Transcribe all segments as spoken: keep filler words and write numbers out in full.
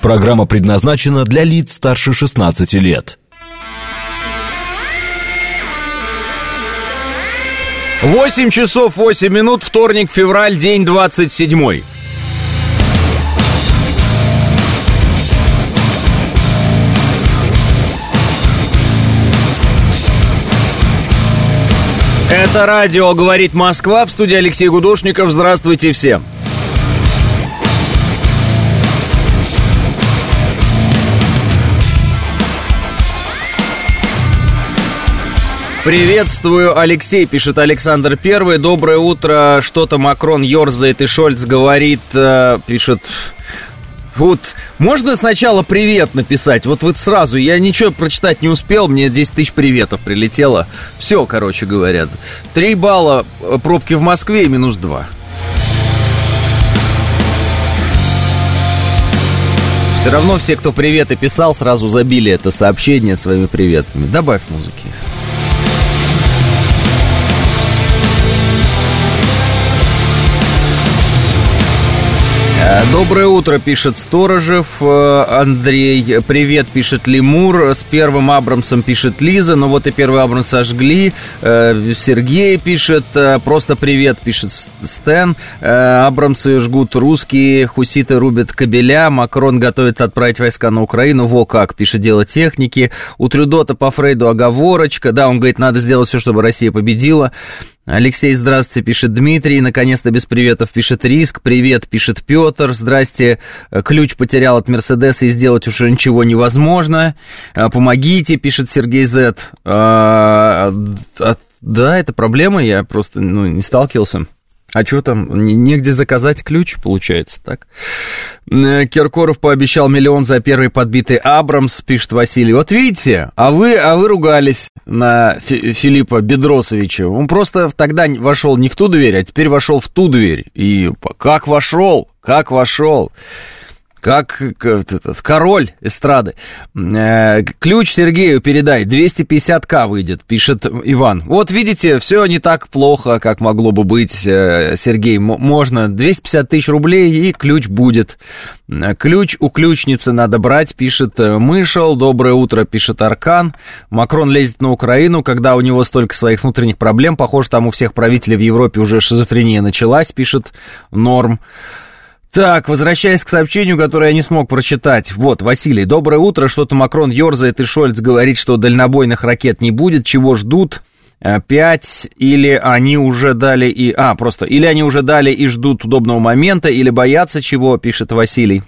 Программа предназначена для лиц старше шестнадцати лет. восемь часов восемь минут, вторник, февраль, день двадцать седьмой. Это радио «Говорит Москва», в студии Алексей Гудошников. Здравствуйте всем. Приветствую, Алексей, пишет Александр Первый. Доброе утро. Что-то Макрон ерзает и Шольц говорит, э, пишет... Вот, можно сначала привет написать, вот вот сразу, я ничего прочитать не успел, мне десять тысяч приветов прилетело. Все, короче говоря, три балла пробки в Москве и минус два. Все равно все, кто приветы писал, сразу забили это сообщение своими приветами. Добавь музыки. Доброе утро, пишет Сторожев Андрей. Привет, пишет Лемур. С первым Абрамсом, пишет Лиза. Ну вот и первый Абрамс сожгли. Сергей пишет. Просто привет, пишет Стэн. Абрамсы жгут русские, хуситы рубят кабеля. Макрон готовит отправить войска на Украину. Во как, пишет дело техники. У Трюдота по Фрейду оговорочка. Да, он говорит, надо сделать все, чтобы Россия победила. Алексей, здравствуйте, пишет Дмитрий. Наконец-то без приветов, пишет Риск. Привет, пишет Петр. Здрасте. Ключ потерял от Мерседеса и сделать уже ничего невозможно. Помогите, пишет Сергей Зет. А, а, да, это проблема, я просто ну, не сталкивался. А что там, негде заказать ключ, получается, так? Киркоров пообещал миллион за первый подбитый Абрамс, пишет Василий. Вот видите, а вы, а вы ругались на Фи- Филиппа Бедросовича. Он просто тогда вошел не в ту дверь, а теперь вошел в ту дверь. И как вошел, как вошел. Как этот, король эстрады. Ключ Сергею передай, двести пятьдесят тысяч выйдет, пишет Иван. Вот видите, все не так плохо, как могло бы быть, Сергей. Можно двести пятьдесят тысяч рублей, и ключ будет. Ключ у ключницы надо брать, пишет Мышел. Доброе утро, пишет Аркан. Макрон лезет на Украину, когда у него столько своих внутренних проблем. Похоже, там у всех правителей в Европе уже шизофрения началась, пишет Норм. Так, возвращаясь к сообщению, которое я не смог прочитать. Вот, Василий, доброе утро. Что-то Макрон ерзает, и Шольц говорит, что дальнобойных ракет не будет. Чего ждут? Пять, или они уже дали и... А, просто, или они уже дали и ждут удобного момента, или боятся чего, пишет Василий.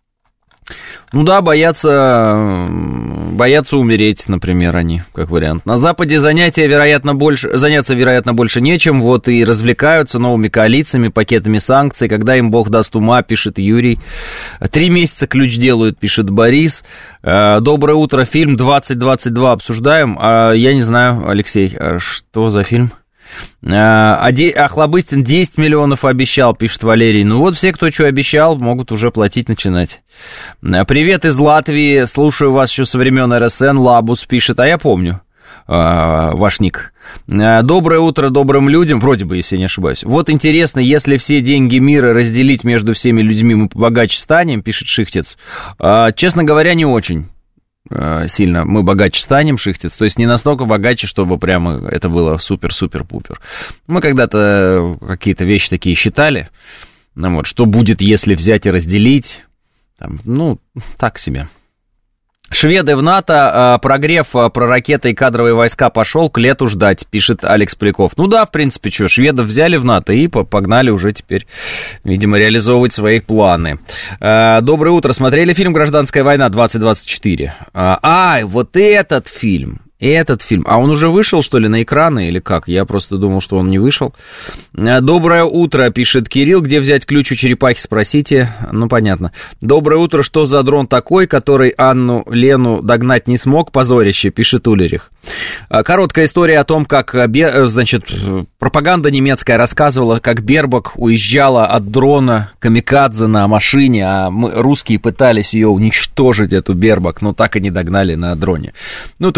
Ну да, боятся, боятся умереть, например, они, как вариант. На Западе занятия, вероятно, больше, заняться, вероятно, больше нечем, вот и развлекаются новыми коалициями, пакетами санкций, когда им Бог даст ума, пишет Юрий. Три месяца ключ делают, пишет Борис. Доброе утро, фильм двадцать двадцать два обсуждаем. Я не знаю, Алексей, что за фильм? А, де, а Хлобыстин десять миллионов обещал, пишет Валерий. Ну вот все, кто что обещал, могут уже платить начинать. Привет из Латвии, слушаю вас еще со времен эр эс эн, Лабус пишет, а я помню а, ваш ник. Доброе утро добрым людям, вроде бы, если я не ошибаюсь. Вот интересно, если все деньги мира разделить между всеми людьми, мы побогаче станем, пишет Шихтец. А, честно говоря, не очень сильно мы богаче станем, Шихтец, то есть не настолько богаче, чтобы прямо это было супер-супер-пупер. Мы когда-то какие-то вещи такие считали, ну вот, что будет, если взять и разделить, там, ну, так себе. Шведы в НАТО, прогрев про ракеты и кадровые войска пошел, к лету ждать, пишет Алекс Поляков. Ну да, в принципе, что, шведов взяли в НАТО и погнали уже теперь, видимо, реализовывать свои планы. Доброе утро, смотрели фильм «Гражданская война» двадцать двадцать четыре? А, вот этот фильм. Этот фильм. А он уже вышел, что ли, на экраны или как? Я просто думал, что он не вышел. Доброе утро, пишет Кирилл. Где взять ключ у черепахи, спросите. Ну, понятно. Доброе утро. Что за дрон такой, который Анну Лену догнать не смог? Позорище, пишет Улерих. Короткая история о том, как, значит, пропаганда немецкая рассказывала, как Бербак уезжала от дрона камикадзе на машине, а мы, русские, пытались ее уничтожить, эту Бербак, но так и не догнали на дроне. Ну, то есть пропаганда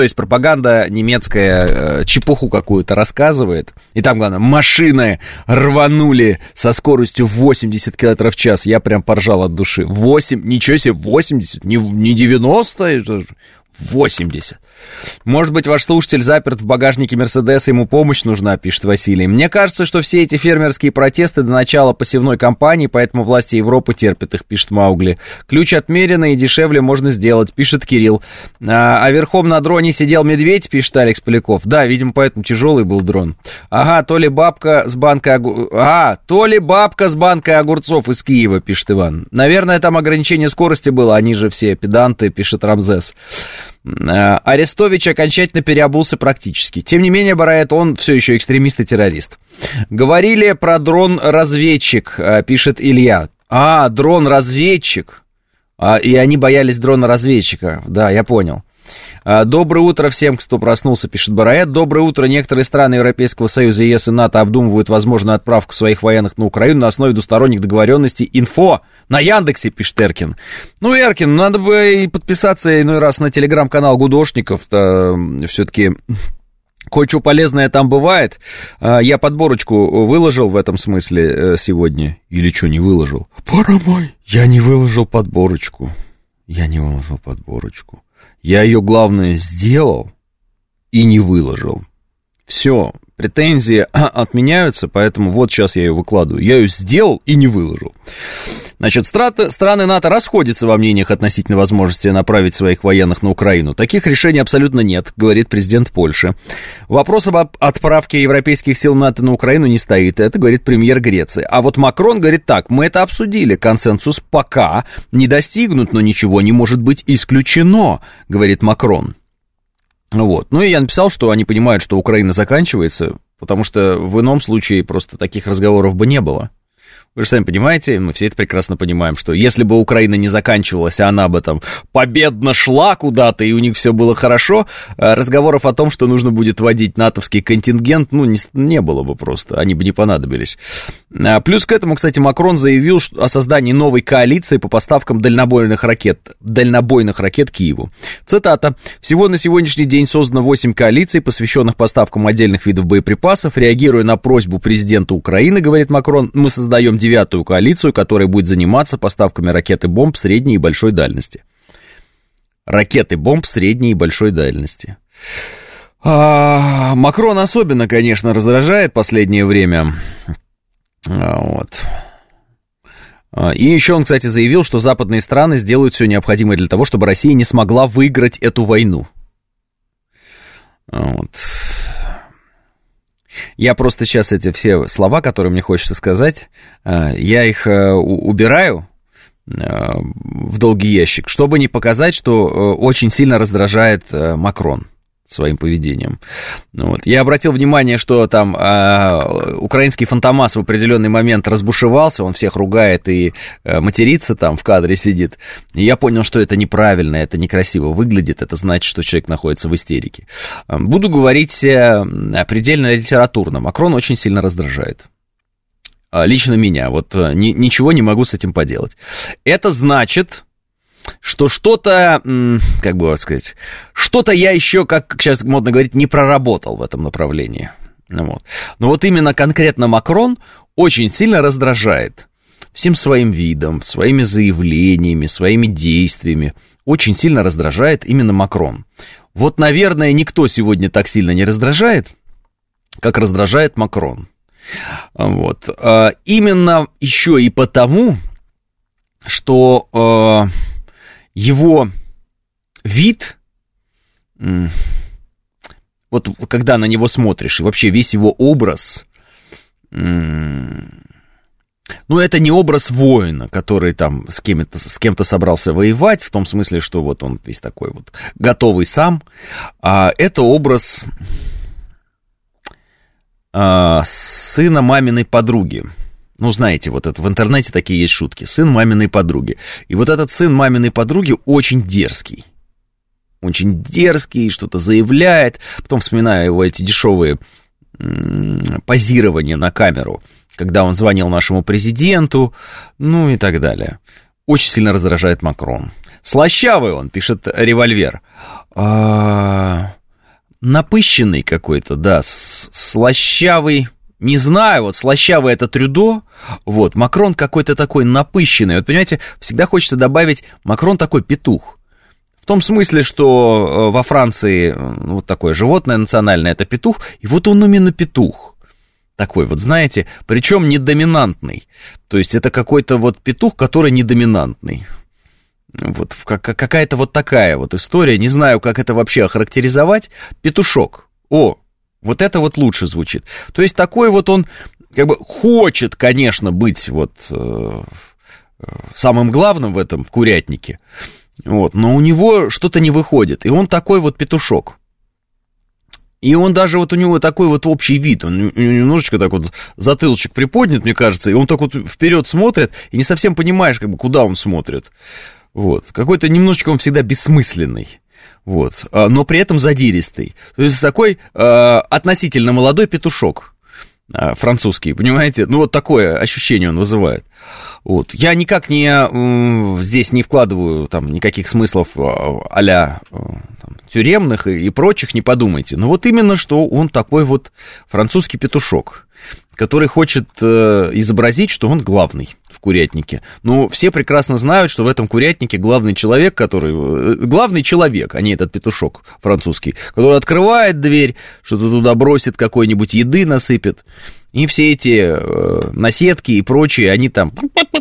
пропаганда немецкая чепуху какую-то рассказывает. И там, главное, машины рванули со скоростью восемьдесят километров в час. Я прям поржал от души. восемь, ничего себе, восемьдесят, не, не девяносто, восемьдесят. Может быть, ваш слушатель заперт в багажнике Мерседеса, ему помощь нужна, пишет Василий. Мне кажется, что все эти фермерские протесты до начала посевной кампании, поэтому власти Европы терпят их, пишет Маугли. Ключ отмеренно и дешевле можно сделать, пишет Кирилл. А, а верхом на дроне сидел медведь, пишет Алекс Поляков. Да, видимо, поэтому тяжелый был дрон. Ага, то ли бабка с банкой огу... а, то ли бабка с банкой огурцов из Киева, пишет Иван. Наверное, там ограничение скорости было, они же все педанты, пишет Рамзес. Арестович окончательно переобулся практически. Тем не менее, Бараэт, он все еще экстремист и террорист. Говорили про дрон-разведчик, пишет Илья. А, дрон-разведчик. А, и они боялись дрона-разведчика. Да, я понял. Доброе утро всем, кто проснулся, пишет Бараэт. Доброе утро. Некоторые страны Европейского Союза, ЕС и НАТО обдумывают возможную отправку своих военных на Украину на основе двусторонних договоренностей. Инфо на Яндексе, пишет Эркин. Ну, Эркин, надо бы и подписаться иной раз на телеграм-канал Гудошников-то. Все-таки кое-что полезное там бывает. Я подборочку выложил в этом смысле сегодня. Или что, не выложил? Пора мой. Я не выложил подборочку. Я не выложил подборочку. Я ее, главное, сделал и не выложил. Все, претензии отменяются, поэтому вот сейчас я ее выкладываю. Я ее сделал и не выложил. Значит, страты, страны НАТО расходятся во мнениях относительно возможности направить своих военных на Украину. Таких решений абсолютно нет, говорит президент Польши. Вопрос об отправке европейских сил НАТО на Украину не стоит, это говорит премьер Греции. А вот Макрон говорит так: мы это обсудили, консенсус пока не достигнут, но ничего не может быть исключено, говорит Макрон. Вот. Ну и я написал, что они понимают, что Украина заканчивается, потому что в ином случае просто таких разговоров бы не было. Вы же сами понимаете, мы все это прекрасно понимаем, что если бы Украина не заканчивалась, а она бы там победно шла куда-то, и у них все было хорошо, разговоров о том, что нужно будет вводить натовский контингент, ну, не, не было бы просто, они бы не понадобились. Плюс к этому, кстати, Макрон заявил о создании новой коалиции по поставкам дальнобойных ракет, дальнобойных ракет Киеву. Цитата. «Всего на сегодняшний день создано восемь коалиций, посвященных поставкам отдельных видов боеприпасов. Реагируя на просьбу президента Украины, говорит Макрон, мы создаем девятую коалицию, которая будет заниматься поставками ракет и бомб средней и большой дальности». Ракеты, бомб средней и большой дальности. А, Макрон особенно, конечно, раздражает в последнее время. Вот. И еще он, кстати, заявил, что западные страны сделают все необходимое для того, чтобы Россия не смогла выиграть эту войну. Вот. Я просто сейчас эти все слова, которые мне хочется сказать, я их убираю в долгий ящик, чтобы не показать, что очень сильно раздражает Макрон своим поведением. Вот. Я обратил внимание, что там э, украинский фантомас в определенный момент разбушевался, он всех ругает и э, матерится там, в кадре сидит. И я понял, что это неправильно, это некрасиво выглядит, это значит, что человек находится в истерике. Буду говорить э, предельно литературно. Макрон очень сильно раздражает. Лично меня. Вот э, ни, ничего не могу с этим поделать. Это значит, что что-то, как бы сказать, что-то я еще, как сейчас модно говорить, не проработал в этом направлении. Вот. Но вот именно конкретно Макрон очень сильно раздражает всем своим видом, своими заявлениями, своими действиями. Очень сильно раздражает именно Макрон. Вот, наверное, никто сегодня так сильно не раздражает, как раздражает Макрон. Вот. Именно еще и потому, что его вид, вот когда на него смотришь, и вообще весь его образ, ну, это не образ воина, который там с кем-то, с кем-то собрался воевать, в том смысле, что вот он весь такой вот готовый сам, а это образ а, сына маминой подруги. Ну, знаете, вот это в интернете такие есть шутки. Сын маминой подруги. И вот этот сын маминой подруги очень дерзкий. Очень дерзкий, что-то заявляет. Потом вспоминаю его эти дешевые м- позирования на камеру, когда он звонил нашему президенту, ну и так далее. Очень сильно раздражает Макрон. Слащавый он, пишет Револьвер. А- напыщенный какой-то, да, слащавый, не знаю, вот слащавый это Трюдо, вот, Макрон какой-то такой напыщенный, вот, понимаете, всегда хочется добавить, Макрон такой петух, в том смысле, что во Франции вот такое животное национальное, это петух, и вот он именно петух, такой вот, знаете, причем не доминантный, то есть это какой-то вот петух, который не доминантный. Вот какая-то вот такая вот история, не знаю, как это вообще охарактеризовать, петушок, о, вот это вот лучше звучит, то есть такой вот он, как бы, хочет, конечно, быть вот э, самым главным в этом курятнике, вот, но у него что-то не выходит, и он такой вот петушок. И он даже вот у него такой вот общий вид, он немножечко так вот затылочек приподнят, мне кажется, и он так вот вперед смотрит, и не совсем понимаешь, как бы, куда он смотрит. Вот, какой-то немножечко он всегда бессмысленный, вот, но при этом задиристый. То есть такой э, относительно молодой петушок э, французский, понимаете? Ну, вот такое ощущение он вызывает. Вот. Я никак не, э, здесь не вкладываю там никаких смыслов э, а-ля э, там, тюремных и, и прочих, не подумайте. Но вот именно, что он такой вот французский петушок, который хочет э, изобразить, что он главный в курятнике. Но все прекрасно знают, что в этом курятнике главный человек, который... Э, главный человек, а не этот петушок французский, который открывает дверь, что-то туда бросит, какой-нибудь еды насыпет. И все эти э, наседки и прочие, они там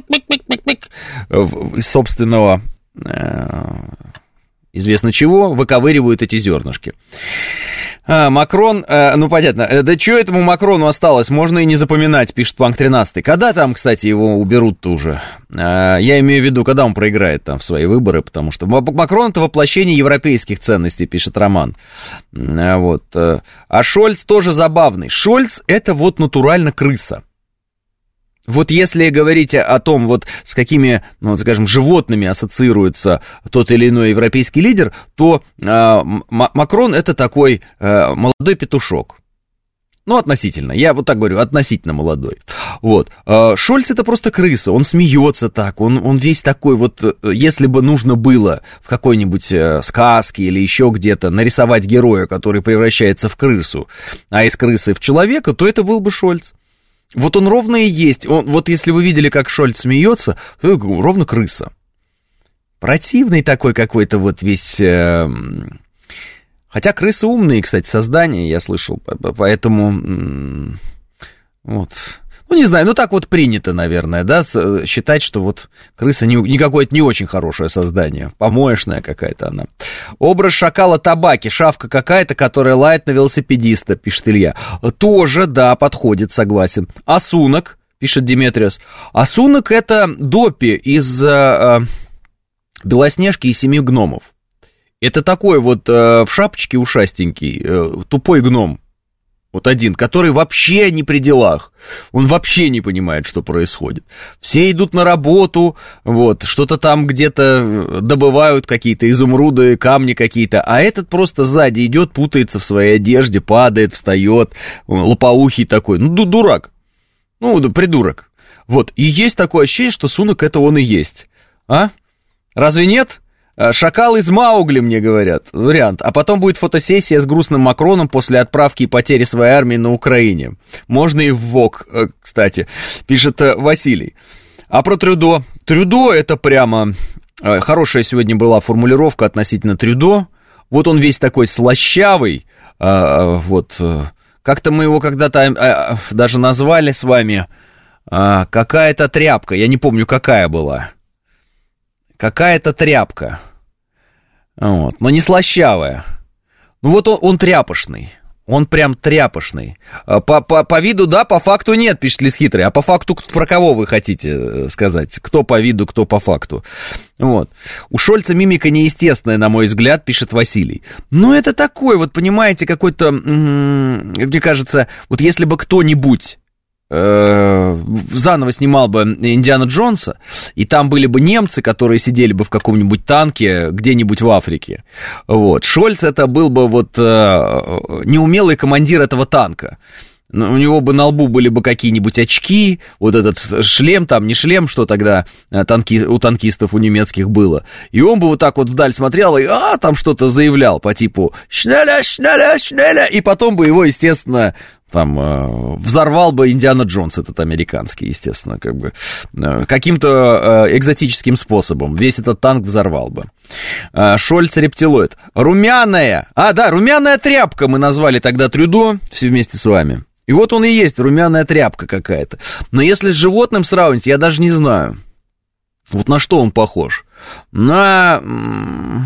из собственного... Э, известно чего, выковыривают эти зернышки. А, Макрон, а, ну понятно, да что этому Макрону осталось, можно и не запоминать, пишет Панк тринадцать. Когда там, кстати, его уберут-то уже? А, я имею в виду, когда он проиграет там в свои выборы, потому что Макрон — это воплощение европейских ценностей, пишет Роман. А, вот. А Шольц тоже забавный. Шольц — это вот натурально крыса. Вот если говорить о том, вот с какими, ну, скажем, животными ассоциируется тот или иной европейский лидер, то э, Макрон — это такой э, молодой петушок. Ну, относительно, я вот так говорю, относительно молодой. Вот. Э, Шольц — это просто крыса, он смеется так, он, он весь такой вот, если бы нужно было в какой-нибудь э, сказке или еще где-то нарисовать героя, который превращается в крысу, а из крысы в человека, то это был бы Шольц. Вот он ровно и есть. Он, вот если вы видели, как Шольц смеется, то ровно крыса. Противный такой какой-то вот весь... Э, хотя крысы умные, кстати, создания, я слышал. Поэтому... Э, вот... Ну, не знаю, ну так вот принято, наверное, да, считать, что вот крыса не, не какое-то не очень хорошее создание, помоечная какая-то она. Образ шакала табаки, шавка какая-то, которая лает на велосипедиста, пишет Илья. Тоже, да, подходит, согласен. Асунок, пишет Диметриос. Асунок — это Доппи из э, Белоснежки и Семи гномов. Это такой вот э, в шапочке ушастенький, э, тупой гном. Вот один, который вообще не при делах, он вообще не понимает, что происходит. Все идут на работу, вот, что-то там где-то добывают какие-то изумруды, камни какие-то, а этот просто сзади идет, путается в своей одежде, падает, встает, лопоухий такой, ну, дурак, ну, придурок. Вот, и есть такое ощущение, что Сунок — это он и есть, а? Разве нет? Шакал из Маугли, мне говорят, вариант. А потом будет фотосессия с грустным Макроном после отправки и потери своей армии на Украине. Можно и в ВОК, кстати, пишет Василий. А про Трюдо? Трюдо — это прямо... Хорошая сегодня была формулировка относительно Трюдо. Вот он весь такой слащавый. Вот. Как-то мы его когда-то даже назвали с вами какая-то тряпка. Я не помню, какая была. Какая-то тряпка. Вот. Но не слащавая. Ну вот он, он тряпошный. Он прям тряпошный. По, по, по виду да, по факту нет, пишет Лис Хитрый. А по факту про кого вы хотите сказать? Кто по виду, кто по факту? Вот. У Шольца мимика неестественная, на мой взгляд, пишет Василий. Ну это такой, вот понимаете, какой-то, м-м, мне кажется, вот если бы кто-нибудь заново снимал бы Индиана Джонса, и там были бы немцы, которые сидели бы в каком-нибудь танке где-нибудь в Африке. Вот. Шольц — это был бы вот неумелый командир этого танка. У него бы на лбу были бы какие-нибудь очки, вот этот шлем там, не шлем, что тогда танки, у танкистов, у немецких было. И он бы вот так вот вдаль смотрел и а, там что-то заявлял по типу «Шнеля, шнеля, шнеля», и потом бы его, естественно, там э, взорвал бы Индиана Джонс, этот американский, естественно, как бы э, каким-то э, экзотическим способом. Весь этот танк взорвал бы. Э, Шольц рептилоид. Румяная, а, да, румяная тряпка мы назвали тогда Трюдо, все вместе с вами. И вот он и есть, румяная тряпка какая-то. Но если с животным сравнить, я даже не знаю. Вот на что он похож? На м-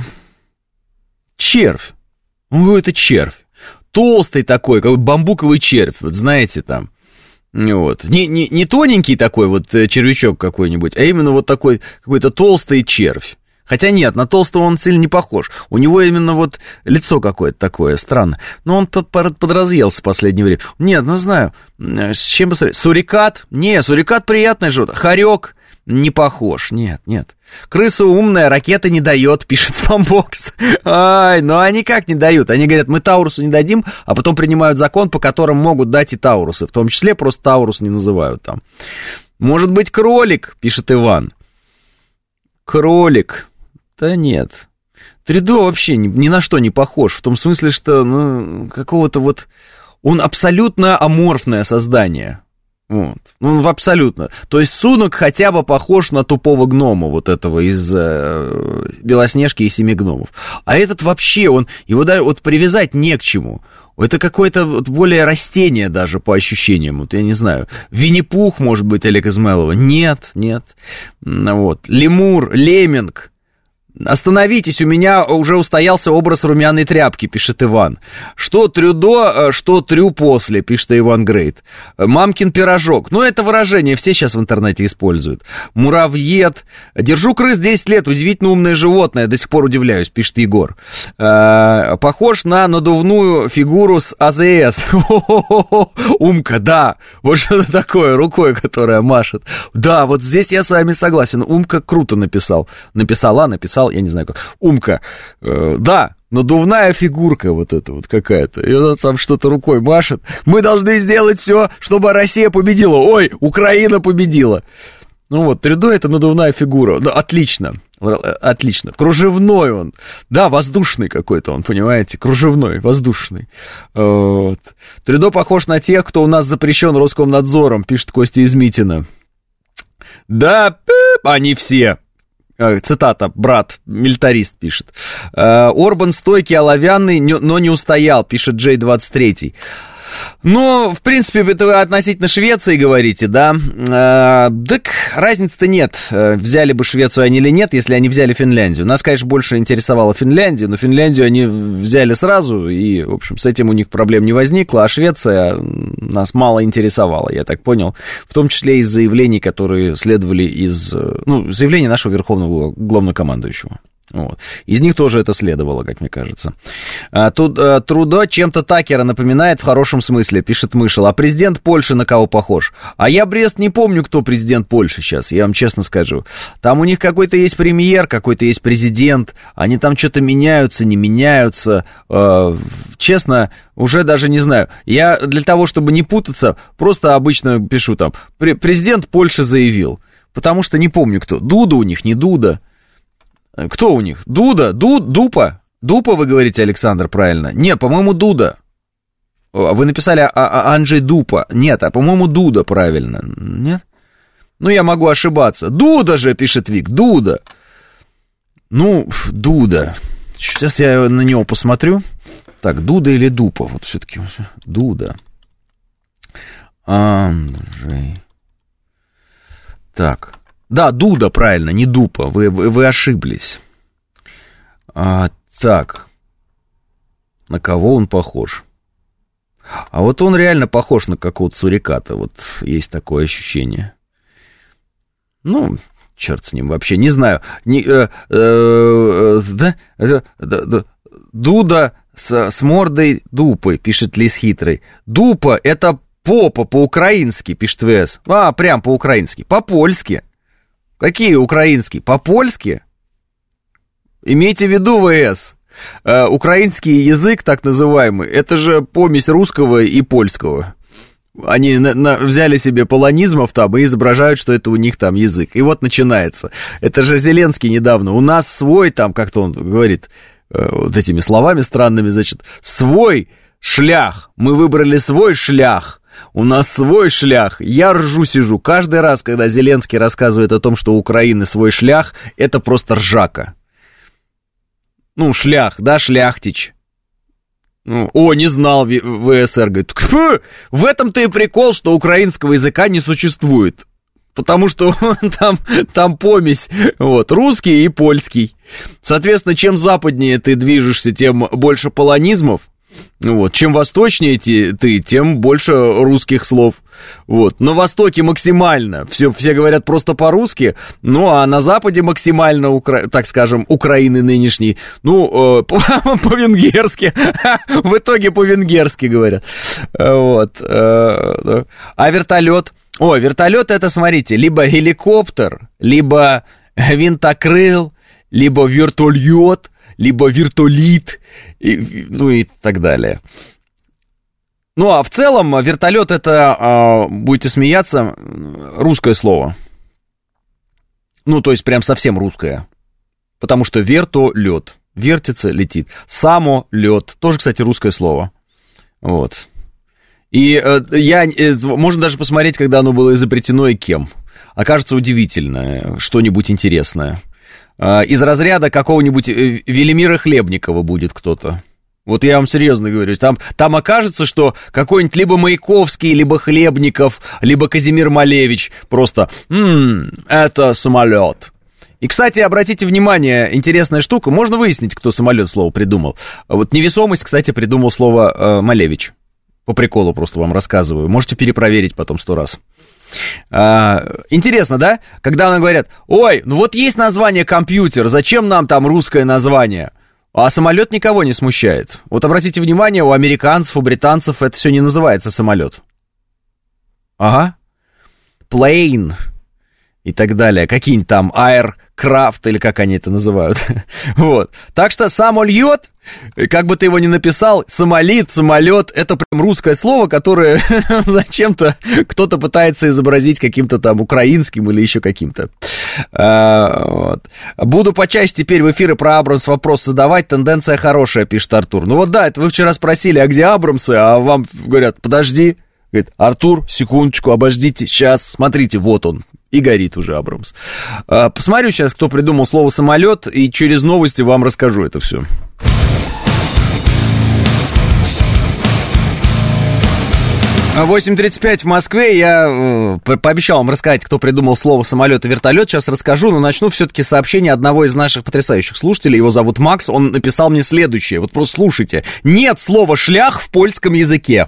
червь. Он какой-то червь. Толстый такой, как бамбуковый червь, вот знаете там. Вот. Не, не, не тоненький такой вот червячок какой-нибудь, а именно вот такой какой-то толстый червь. Хотя нет, на толстого он сильно не похож. У него именно вот лицо какое-то такое, странно. Но он подразъелся в последнее время. Нет, ну знаю, с чем бы сравнить? Сурикат? Не, сурикат приятное животное. Хорек? Не похож, нет, нет. Крыса умная, ракеты не дает, пишет Спамбокс. Ай, ну они как не дают? Они говорят, мы Таурусу не дадим, а потом принимают закон, по которому могут дать и Таурусы. В том числе просто Таурус не называют там. Может быть, кролик, пишет Иван. Кролик. Да нет. Трюдо вообще ни, ни на что не похож. В том смысле, что, ну, какого-то вот... Он абсолютно аморфное создание. Вот. Ну, абсолютно. То есть Сунок хотя бы похож на тупого гнома, вот этого из э, Белоснежки и Семи гномов. А этот вообще, он, его даже вот привязать не к чему. Это какое-то вот более растение даже по ощущениям. Вот я не знаю. Винни-Пух, может быть, Олег Измайлова? Нет, нет. Вот. Лемур, лемминг. Остановитесь, у меня уже устоялся образ румяной тряпки, пишет Иван. Что Трюдо, что Трю после, пишет Иван Грейт. Мамкин пирожок. Ну, это выражение все сейчас в интернете используют. Муравьед. Держу крыс десять лет, удивительно умное животное, до сих пор удивляюсь, пишет Егор. Э, похож на надувную фигуру с АЗС. Умка, да. Вот что-то такое, рукой, которая машет. Да, вот здесь я с вами согласен. Умка круто написал. Написала, написал. Я не знаю как, Умка, э, да, надувная фигурка вот эта вот какая-то, и она там что-то рукой машет. Мы должны сделать все, чтобы Россия победила. Ой, Украина победила. Ну вот, Трюдо это надувная фигура. Ну, отлично, отлично. Кружевной он. Да, воздушный какой-то он, понимаете, кружевной, воздушный. Вот. Трюдо похож на тех, кто у нас запрещен Роскомнадзором, пишет Костя из Митина. Да, пип, они все. Цитата, брат, милитарист пишет. Орбан стойкий, оловянный, но не устоял, пишет Джей двадцать три. Ну, в принципе, это вы относительно Швеции говорите, да? Э, так разницы-то нет, взяли бы Швецию они или нет, если они взяли Финляндию. Нас, конечно, больше интересовала Финляндия, но Финляндию они взяли сразу, и, в общем, с этим у них проблем не возникло, а Швеция нас мало интересовала, я так понял, в том числе из заявлений, которые следовали из, ну, заявлений нашего верховного главнокомандующего. Вот. Из них тоже это следовало, как мне кажется. А, тут а, Трудо чем-то Такера напоминает в хорошем смысле, пишет Мышел. А президент Польши на кого похож? А я, Брест, не помню, кто президент Польши сейчас, я вам честно скажу. Там у них какой-то есть премьер, какой-то есть президент. Они там что-то меняются, не меняются. А, честно, уже даже не знаю. Я для того, чтобы не путаться, просто обычно пишу там. Президент Польши заявил. Потому что не помню кто. Дуда у них, не Дуда. Кто у них? Дуда? Ду, Дупа? Дупа, вы говорите, Александр, правильно? Нет, по-моему, Дуда. Вы написали а- а- Анджей Дупа. Нет, а, по-моему, Дуда, правильно. Нет? Ну, я могу ошибаться. Дуда же, пишет Вик, Дуда. Ну, Дуда. Сейчас я на него посмотрю. Так, Дуда или Дупа? Вот все-таки Дуда. Анджей. Так. Да, Дуда, правильно, не Дупа, вы, вы, вы ошиблись. А, так, на кого он похож? А вот он реально похож на какого-то суриката, вот есть такое ощущение. Ну, черт с ним вообще, не знаю. Не, э, э, да, да, да, Дуда с, с мордой Дупы, пишет Лис Хитрый. Дупа — это попа по-украински, пишет ВС. А, прям по-украински, по-польски. Какие украинские? По-польски? Имейте в виду, ВС, э, украинский язык, так называемый, это же помесь русского и польского. Они на, на, взяли себе полонизмов там и изображают, что это у них там язык. И вот начинается. Это же Зеленский недавно. У нас свой там, как-то он говорит э, вот этими словами странными, значит, свой шлях. Мы выбрали свой шлях. У нас свой шлях. Я ржу сижу. Каждый раз, когда Зеленский рассказывает о том, что у Украины свой шлях, это просто ржака. Ну, шлях, да, шляхтич. Ну, о, не знал ВСР, говорит, фу, в этом-то и прикол, что украинского языка не существует, потому что там, там помесь, вот, русский и польский. Соответственно, чем западнее ты движешься, тем больше полонизмов, вот, чем восточнее ты, тем больше русских слов. Вот. На Востоке максимально, все, все говорят просто по-русски, ну, а на Западе максимально, укра... так скажем, Украины нынешней, ну, э, по-венгерски, в итоге по-венгерски говорят. Вот. А вертолет? О, вертолет это, смотрите, либо геликоптер, либо винтокрыл, либо вертольет, либо вертолит, и, ну и так далее. Ну, а в целом вертолет это, будете смеяться, русское слово. Ну, то есть прям совсем русское. Потому что вертолет, вертится, летит. Самолет, тоже, кстати, русское слово. Вот. И я, можно даже посмотреть, когда оно было изобретено и кем. Окажется удивительно, что-нибудь интересное. Из разряда какого-нибудь Велимира Хлебникова будет кто-то. Вот я вам серьезно говорю, там, там окажется, что какой-нибудь либо Маяковский, либо Хлебников, либо Казимир Малевич просто, м-м, это самолет. И, кстати, обратите внимание, интересная штука, можно выяснить, кто самолет слово придумал. Вот невесомость, кстати, придумал слово э, Малевич. По приколу просто вам рассказываю, можете перепроверить потом сто раз. А, интересно, да? Когда нам говорят, ой, ну вот есть название компьютер, зачем нам там русское название? А самолет никого не смущает. Вот обратите внимание, у американцев, у британцев это все не называется самолет. Ага. Plane и так далее. Какие-нибудь там aircraft, или как они это называют. Вот. Так что самолет, как бы ты его ни написал, самолит, самолет, это прям русское слово, которое зачем-то кто-то пытается изобразить каким-то там украинским или еще каким-то. А, вот. Буду почаще теперь в эфиры про Абрамс вопрос задавать, тенденция хорошая, пишет Артур. Ну вот да, это вы вчера спросили, а где Абрамсы, а вам говорят, подожди. Говорит, Артур, секундочку, обождите, сейчас, смотрите, вот он, и горит уже Абрамс. А, посмотрю сейчас, кто придумал слово самолет, и через новости вам расскажу это все. восемь тридцать пять в Москве. Я э, пообещал вам рассказать, кто придумал слово самолет и вертолет. Сейчас расскажу, но начну все-таки с сообщения одного из наших потрясающих слушателей. Его зовут Макс. Он написал мне следующее. Вот просто слушайте. Нет слова шлях в польском языке.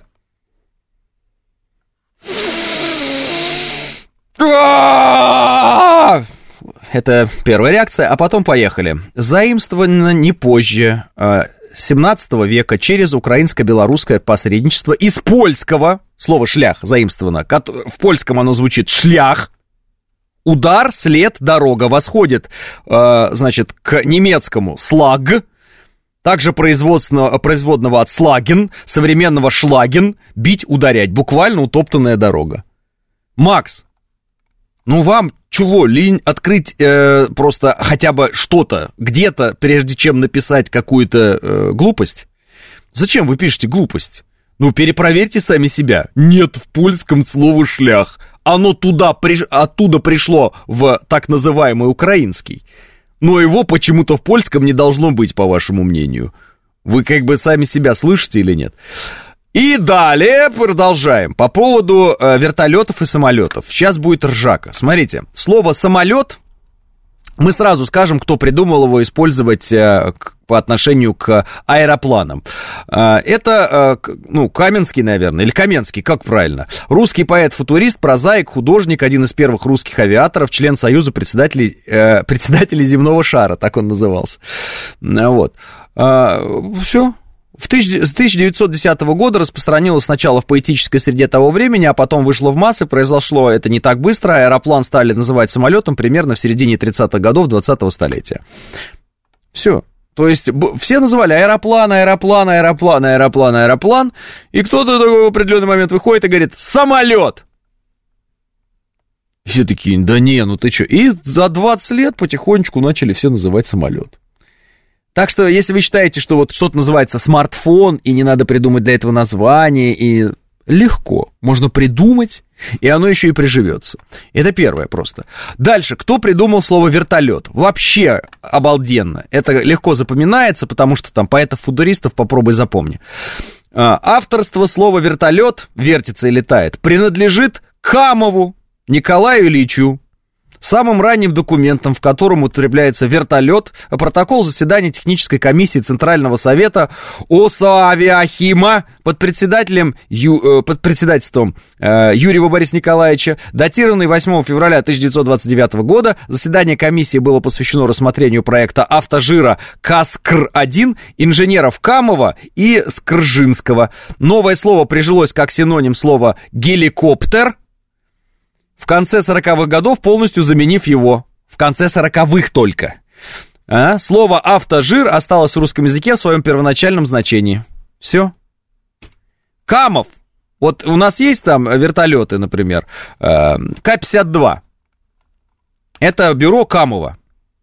Это первая реакция, а потом поехали. Заимствовано не позже семнадцатого века через украинско-белорусское посредничество из польского, слово «шлях» заимствовано, в польском оно звучит «шлях», удар, след, дорога, восходит, значит, к немецкому «слаг», также производного, производного от «слаген», современного «шлаген», бить, ударять, буквально утоптанная дорога. Макс, ну вам чего, лень открыть э, просто хотя бы что-то где-то, прежде чем написать какую-то э, глупость? Зачем вы пишете глупость? Ну, перепроверьте сами себя. Нет в польском слова «шлях». Оно туда, при... оттуда пришло в так называемый украинский. Но его почему-то в польском не должно быть, по вашему мнению. Вы как бы сами себя слышите или нет? И далее продолжаем. По поводу э, вертолетов и самолетов. Сейчас будет ржака. Смотрите, слово «самолет», мы сразу скажем, кто придумал его использовать э, к, по отношению к аэропланам. Э, это, э, ну, Каменский, наверное, или Каменский, как правильно. Русский поэт-футурист, прозаик, художник, один из первых русских авиаторов, член Союза председателей, э, председателей земного шара, так он назывался. Вот. Э, все. С тысяча девятьсот десятого года распространилось сначала в поэтической среде того времени, а потом вышло в массы, произошло это не так быстро, аэроплан стали называть самолетом примерно в середине тридцатых годов двадцатого столетия. Все. То есть все называли аэроплан, аэроплан, аэроплан, аэроплан, аэроплан, и кто-то в определенный момент выходит и говорит «самолет». Все такие, да не, ну ты что? И за двадцать лет потихонечку начали все называть самолет. Так что, если вы считаете, что вот что-то называется смартфон, и не надо придумать для этого название, и легко, можно придумать, и оно еще и приживется. Это первое просто. Дальше, кто придумал слово вертолет? Вообще обалденно. Это легко запоминается, потому что там поэтов-футуристов попробуй запомни. Авторство слова вертолет, вертится и летает, принадлежит Камову Николаю Ильичу. Самым ранним документом, в котором употребляется вертолет, протокол заседания технической комиссии Центрального совета ОСАавиахима под, председателем, ю, под председательством э, Юрьева Бориса Николаевича, датированный восьмого февраля тысяча девятьсот двадцать девятого года. Заседание комиссии было посвящено рассмотрению проекта автожира КАСКР один инженеров Камова и Скржинского. Новое слово прижилось как синоним слова «геликоптер», в конце сороковых годов полностью заменив его. В конце сороковых только. А? Слово «автожир» осталось в русском языке в своем первоначальном значении. Все. Камов. Вот у нас есть там вертолеты, например, Ка пятьдесят два. Это бюро Камова.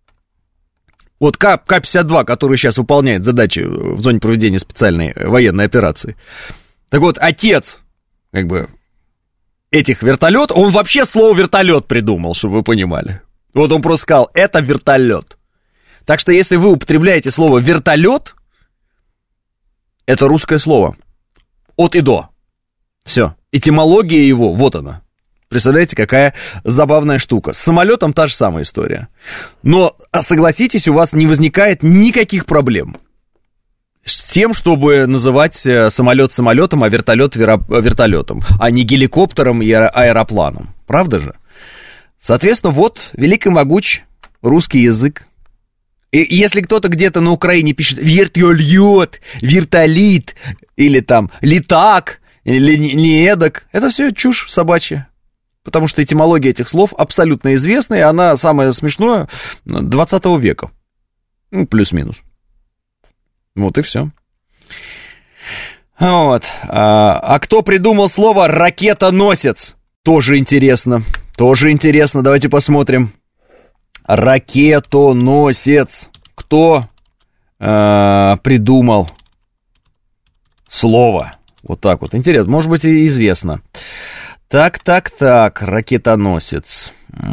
Вот Ка пятьдесят два, который сейчас выполняет задачи в зоне проведения специальной военной операции. Так вот, отец, как бы... этих вертолетов, он вообще слово вертолет придумал, чтобы вы понимали. Вот он просто сказал, это вертолет. Так что если вы употребляете слово вертолет, это русское слово. От и до. Все. Этимология его, вот она. Представляете, какая забавная штука. С самолетом та же самая история. Но, согласитесь, у вас не возникает никаких проблем с тем, чтобы называть самолет самолетом, а вертолет вертолетом, а не геликоптером и аэропланом. Правда же? Соответственно, вот велик и могуч русский язык. И если кто-то где-то на Украине пишет вертолет, вертолит, или там летак, или не эдак, это все чушь собачья. Потому что этимология этих слов абсолютно известна, и она самое смешное двадцатого века. Ну, плюс-минус. Вот и все. Вот. А, а кто придумал слово «ракетоносец»? Тоже интересно. Тоже интересно. Давайте посмотрим. Ракетоносец. Кто а, придумал слово? Вот так вот. Интересно. Может быть, и известно. Так, так, так. Ракетоносец.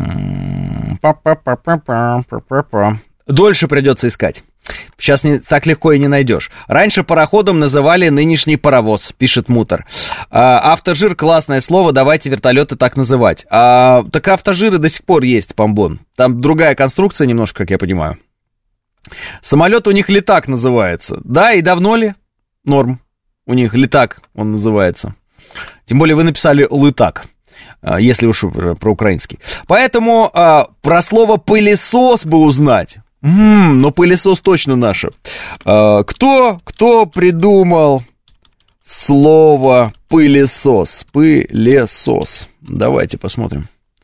Па-па-па-па-па-па-па. Дольше придется искать. Сейчас не, так легко и не найдешь. Раньше пароходом называли нынешний паровоз, пишет Мутор. А, автожир — классное слово, давайте вертолеты так называть. А, так автожиры до сих пор есть, Помбон. Там другая конструкция немножко, как я понимаю. Самолет у них летак называется. Да, и давно ли? Норм. У них летак он называется. Тем более вы написали лытак, если уж про украинский. Поэтому а, про слово «пылесос» бы узнать. М-м, но пылесос точно наше. А, кто, кто придумал слово пылесос? Пылесос. Давайте посмотрим.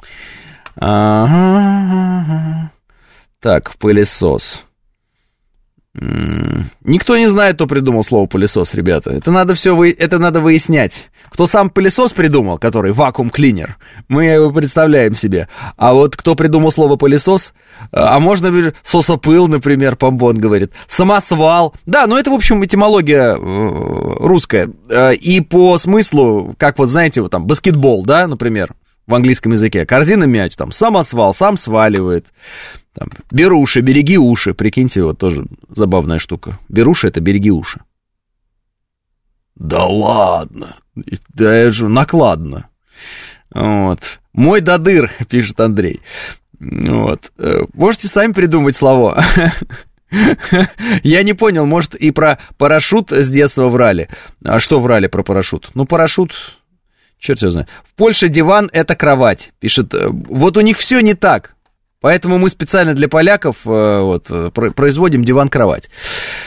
Ага. Так, пылесос. М-м, никто не знает, кто придумал слово пылесос, ребята. Это надо все вы... это надо выяснять. Кто сам пылесос придумал, который вакуум-клинер, мы его представляем себе. А вот кто придумал слово пылесос, а можно сосопыл, например, Помбон говорит, самосвал. Да, ну это, в общем, этимология русская. И по смыслу, как вот, знаете, вот там баскетбол, да, например, в английском языке. Корзина, мяч, там, самосвал, сам сваливает. Там, беруши, береги уши. Прикиньте, вот тоже забавная штука. Беруши — это береги уши. Да ладно. Да это же накладно. Вот. Мой додыр, пишет Андрей. Вот. Можете сами придумать слова. Я не понял, может, и про парашют с детства врали. А что врали про парашют? Ну, парашют, черт его знает. В Польше диван — это кровать, пишет. Вот у них все не так. Поэтому мы специально для поляков вот, производим диван-кровать.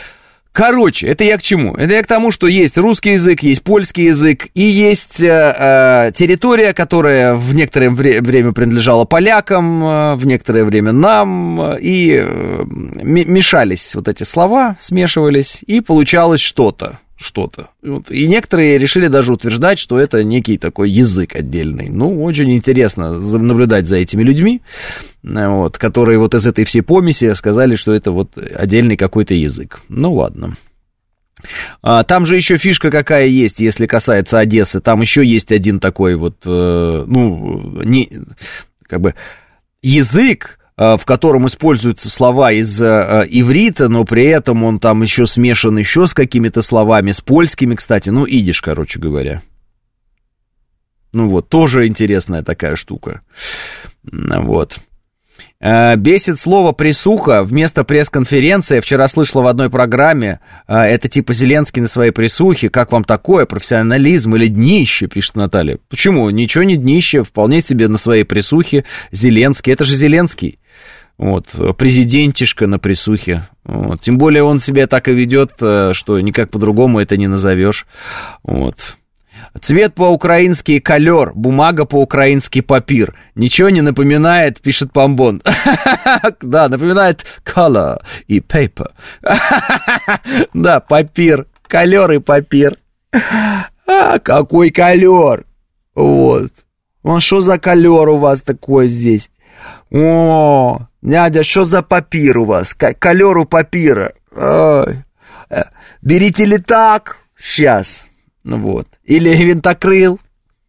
Короче, это я к чему? Это я к тому, что есть русский язык, есть польский язык, и есть э, э, территория, которая в некоторое вре- время принадлежала полякам, э, в некоторое время нам, и э, м- мешались вот эти слова, смешивались, и получалось что-то. что-то. Вот. И некоторые решили даже утверждать, что это некий такой язык отдельный. Ну, очень интересно наблюдать за этими людьми, вот, которые вот из этой всей помеси сказали, что это вот отдельный какой-то язык. Ну, ладно. А, там же еще фишка какая есть, если касается Одессы. Там еще есть один такой вот, э, ну, не, как бы язык, в котором используются слова из э, иврита, но при этом он там еще смешан еще с какими-то словами, с польскими, кстати, ну, идиш, короче говоря. Ну вот, тоже интересная такая штука. Вот. Э, бесит слово «присуха» вместо пресс-конференции. Вчера слышала в одной программе, э, это типа Зеленский на своей присухе. Как вам такое? Профессионализм или днище, пишет Наталья. Почему? Ничего не днище, вполне себе на своей присухе Зеленский. Это же Зеленский. Вот, президентишка на присухе. Вот. Тем более он себя так и ведет, что никак по-другому это не назовешь. Вот. Цвет по-украински колер, бумага по-украински папир. Ничего не напоминает, пишет Помбон. Да, напоминает color и paper. Да, папир, колер и папир. А, какой колер? Вот. А что за колер у вас такой здесь? О, дядя, что за папир у вас? Колер у папира. Ой. Берите ли так? Сейчас. Вот. Или винтокрыл.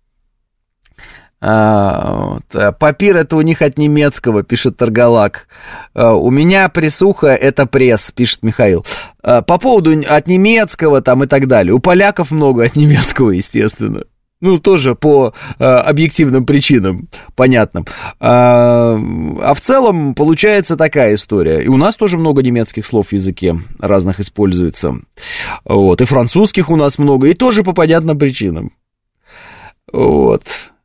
А, вот. Папир это у них от немецкого, пишет Таргалак. А, у меня присуха это пресс, пишет Михаил. А, по поводу от немецкого там и так далее. У поляков много от немецкого, естественно. Ну, тоже по э, объективным причинам, понятным. А, а в целом получается такая история. И у нас тоже много немецких слов в языке разных используется. Вот. И французских у нас много, и тоже по понятным причинам. Вот.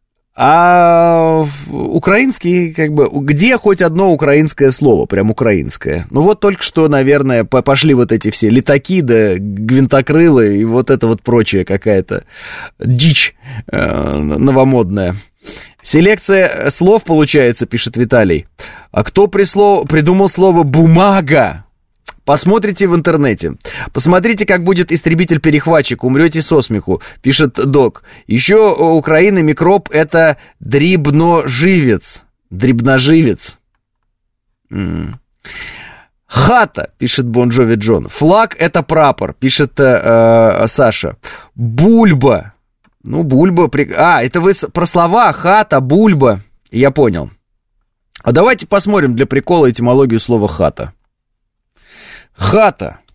А украинский, как бы, где хоть одно украинское слово, прям украинское? Ну, вот только что, наверное, пошли вот эти все летаки, да, гвинтокрылы и вот это вот прочее какая-то дичь э, новомодная. Селекция слов получается, пишет Виталий. А кто присло... придумал слово «бумага»? Посмотрите в интернете. Посмотрите, как будет истребитель-перехватчик. Умрете со смеху, пишет Док. Еще у Украины микроб — это дрібноживец. Дрібноживец. М-м. Хата, пишет Бон Джови Джон. Флаг — это прапор, пишет э, Саша. Бульба. Ну, бульба... При... А, это вы про слова. Хата, бульба. Я понял. А давайте посмотрим для прикола этимологию слова «хата». Хата.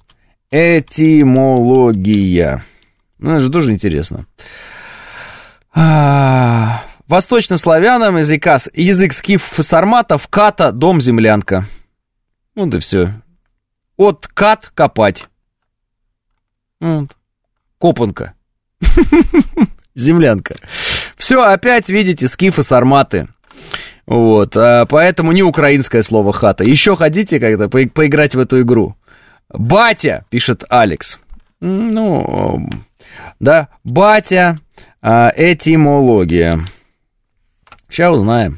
Этимология. Ну, это же тоже интересно. А, восточнославянам языка, язык скифов и сарматов, ката, дом, землянка. Вот и все. От кат — копать. Вот. Копанка. Землянка. Все, опять видите, скифы, сарматы. Вот, а поэтому не украинское слово «хата». Еще хотите когда по- поиграть в эту игру? Батя, пишет Алекс. Ну, да, батя, а, этимология. Сейчас узнаем.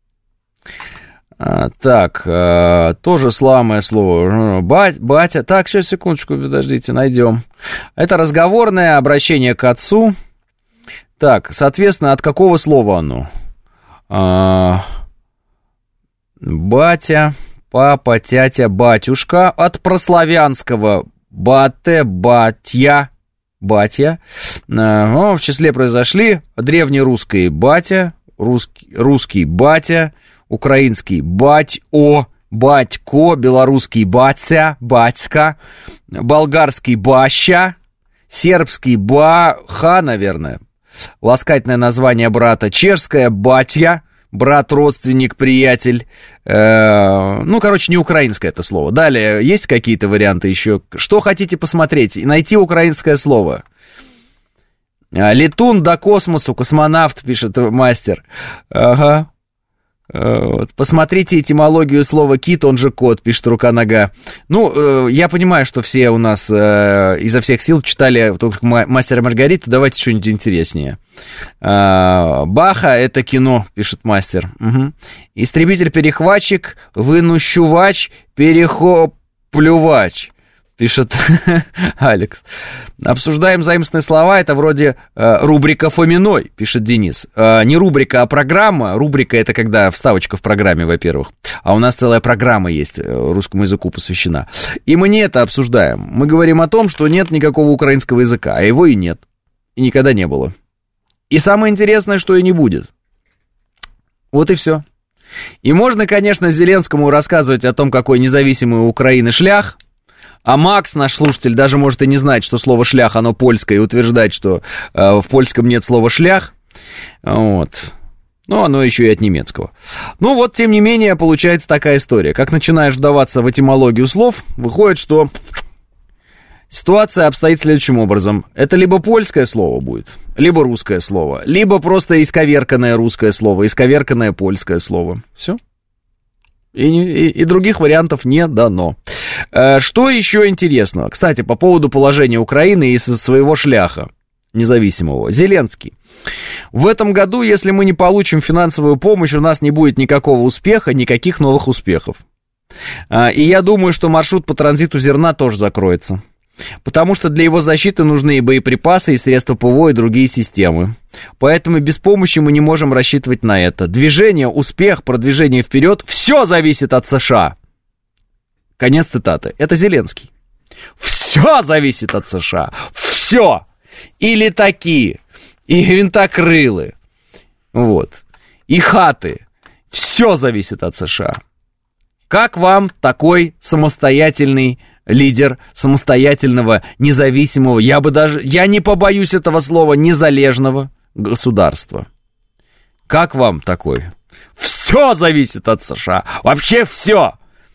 А, так, а, тоже славное слово. Бать, батя. Так, сейчас, секундочку, подождите, найдем. Это разговорное обращение к отцу. Так, соответственно, от какого слова оно? А, батя, папа, тятя, батюшка. От прославянского бате, батья, батя. А, в числе произошли древнерусский батя, русский, русский батя, украинский бать-о, батько, белорусский батя, батька, болгарский баща, сербский баха, наверное. Ласкательное название брата. Чешская батя, брат, родственник, приятель. Э, ну, короче, не украинское это слово. Далее, есть какие-то варианты еще? Что хотите посмотреть? Найти украинское слово. Летун до космосу, космонавт, пишет мастер. Ага. Вот. Посмотрите этимологию слова «кит», он же «кот», пишет Рука-нога. Ну, э, я понимаю, что все у нас э, изо всех сил читали только «Мастера и Маргариту», давайте что-нибудь интереснее. Э, Баха — это кино, пишет Мастер. Угу. Истребитель-перехватчик, вынущувач, перехоплювач, пишет Алекс. Обсуждаем заимственные слова, это вроде э, рубрика Фоминой, пишет Денис. Э, не рубрика, а программа. Рубрика — это когда вставочка в программе, во-первых. А у нас целая программа есть, русскому языку посвящена. И мы не это обсуждаем. Мы говорим о том, что нет никакого украинского языка, а его и нет. И никогда не было. И самое интересное, что и не будет. Вот и все. И можно, конечно, Зеленскому рассказывать о том, какой независимый у Украины шлях. А Макс, наш слушатель, даже может и не знать, что слово «шлях», оно польское, и утверждать, что э, в польском нет слова «шлях». Вот. Ну, оно еще и от немецкого. Ну, вот, тем не менее, получается такая история. Как начинаешь вдаваться в этимологию слов, выходит, что ситуация обстоит следующим образом. Это либо польское слово будет, либо русское слово, либо просто исковерканное русское слово, исковерканное польское слово. Все. И, и, и других вариантов не дано. Что еще интересного? Кстати, по поводу положения Украины и своего шляха независимого. Зеленский. В этом году, если мы не получим финансовую помощь, у нас не будет никакого успеха, никаких новых успехов. И я думаю, что маршрут по транзиту зерна тоже закроется. Потому что для его защиты нужны и боеприпасы, и средства ПВО, и другие системы. Поэтому без помощи мы не можем рассчитывать на это. Движение, успех, продвижение вперед, все зависит от США. Конец цитаты. Это Зеленский. Все зависит от США. Все. И летаки, и винтокрылы, вот, и хаты. Все зависит от США. Как вам такой самостоятельный лидер самостоятельного, независимого, я бы даже, я не побоюсь этого слова, незалежного государства? Как вам такой? Все зависит от США. Вообще все.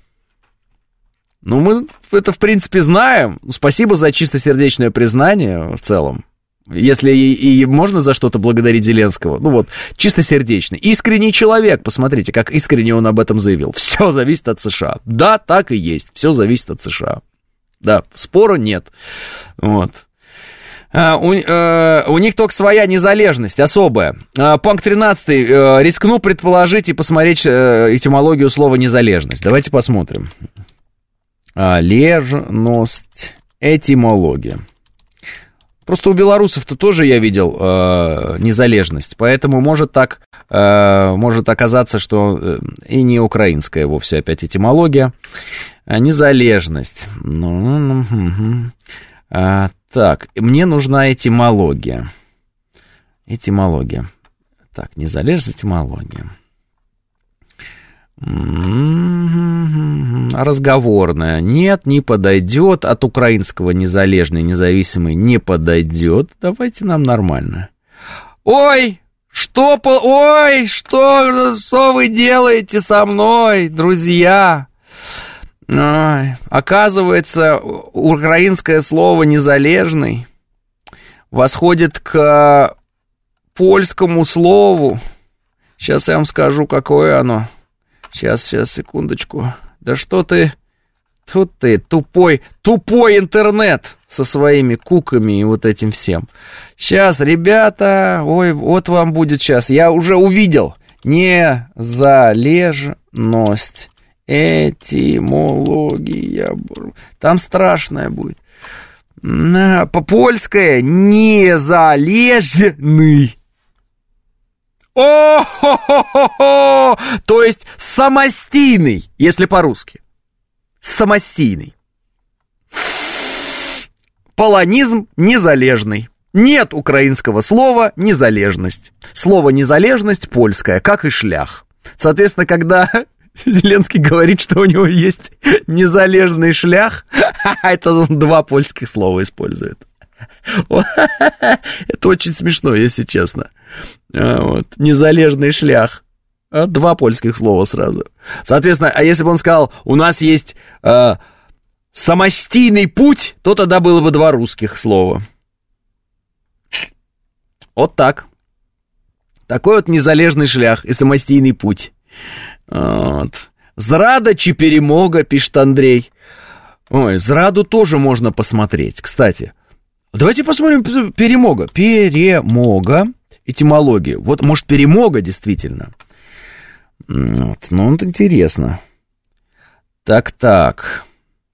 Ну, мы это, в принципе, знаем. Спасибо за чистосердечное признание в целом. Если и, и можно за что-то благодарить Зеленского, ну вот, чистосердечный, искренний человек, посмотрите, как искренне он об этом заявил. Все зависит от США. Да, так и есть, все зависит от США. Да, спора нет. Вот. А, у, а, у них только своя незалежность, особая. А, пункт тринадцатый. А, рискну предположить и посмотреть а, этимологию слова «незалежность». Давайте посмотрим. А, лежность, этимология. Просто у белорусов-то тоже я видел э, незалежность, поэтому может так, э, может оказаться, что э, и не украинская вовсе опять этимология. А, незалежность. Ну, ну, угу. а, так, мне нужна этимология. Этимология. Так, незалежность, этимология. Разговорная. Нет, не подойдет. От украинского незалежный, независимый не подойдет. Давайте нам нормально. Ой, что, по... ой, что, что вы делаете со мной, друзья? Ой, оказывается, украинское слово «незалежный» восходит к польскому слову. Сейчас я вам скажу, какое оно. Сейчас, сейчас, секундочку. Да что ты... Тут ты, тупой, тупой интернет со своими куками и вот этим всем. Сейчас, ребята, ой, вот вам будет сейчас. Я уже увидел. Незалежность. Этимология. Там страшная будет. По-польское незалежный. О-хо-хо-хо-хо! То есть самостийный, если по-русски. Самостийный. Полонизм незалежный. Нет украинского слова «незалежность». Слово «незалежность» польское, как и «шлях». Соответственно, когда Зеленский говорит, что у него есть незалежный шлях, это он два польских слова использует. Это очень смешно, если честно. Вот. Незалежный шлях. Два польских слова сразу. Соответственно, а если бы он сказал, у нас есть э, самостийный путь, то тогда было бы два русских слова. Вот так. Такой вот незалежный шлях и самостийный путь. Вот. Зрада чи перемога, пишет Андрей. Ой, зраду тоже можно посмотреть, кстати. Давайте посмотрим перемога. Перемога, этимология. Вот, может, перемога действительно. Вот, ну, вот интересно. Так-так.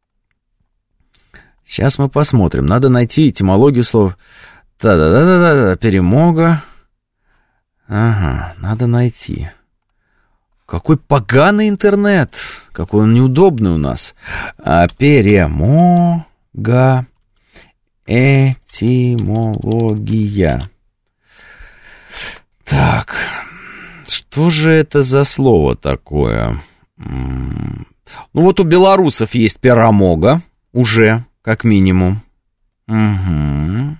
Сейчас мы посмотрим. Надо найти этимологию слова. Да-да-да-да-да, перемога. Ага, надо найти. Какой поганый интернет. Какой он неудобный у нас. А, перемога. Этимология. Так. Что же это за слово такое? Ну, вот у белорусов есть перемога. Уже, как минимум. Угу.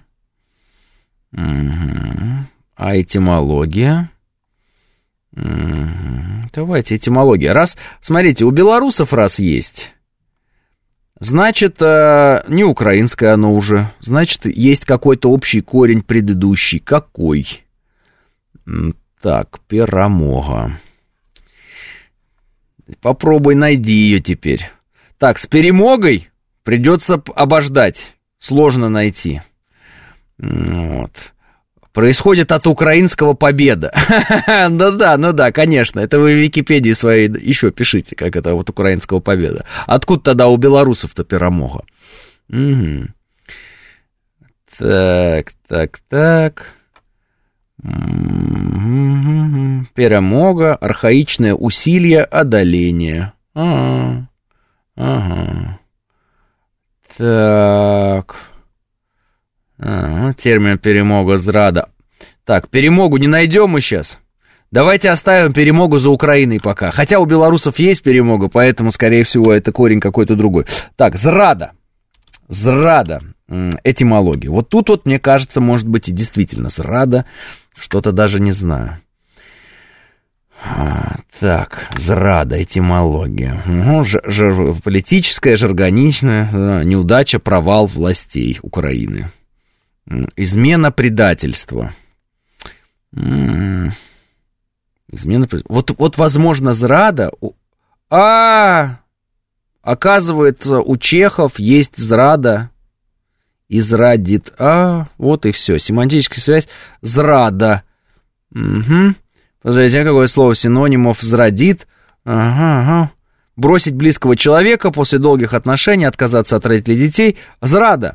Угу. А этимология? Угу. Давайте этимология. Раз, смотрите, у белорусов раз есть, значит, не украинское оно уже. Значит, есть какой-то общий корень предыдущий. Какой? Так, перемога. Попробуй найди ее теперь. Так, с перемогой придется обождать. Сложно найти. Вот. Происходит от украинского победа. Ну да, ну да, конечно. Это вы в Википедии своей еще пишите, как это вот украинского победа. Откуда тогда у белорусов-то перемога? Угу. Так, так, так. Угу. Перемога, архаичное усилие одоления. Ага. Ага. Так. Ага, термин перемога, зрада. Так, перемогу не найдем мы сейчас. Давайте оставим перемогу за Украиной пока. Хотя у белорусов есть перемога, поэтому, скорее всего, это корень какой-то другой. Так, зрада. Зрада. Этимология. Вот тут вот, мне кажется, может быть и действительно зрада. Что-то даже не знаю. А, так, зрада, этимология. Угу, ж, ж, политическая, жаргоничная, неудача, провал властей Украины. Измена, предательство. Измена, предательство. Вот, вот, возможно, зрада... А, оказывается, у чехов есть зрада. Израдит. А, вот и все. Семантическая связь. Зрада. Угу. Посмотрите, какое слово синонимов. Зрадит. Ага, ага. Бросить близкого человека после долгих отношений, отказаться от родителей детей. Зрада.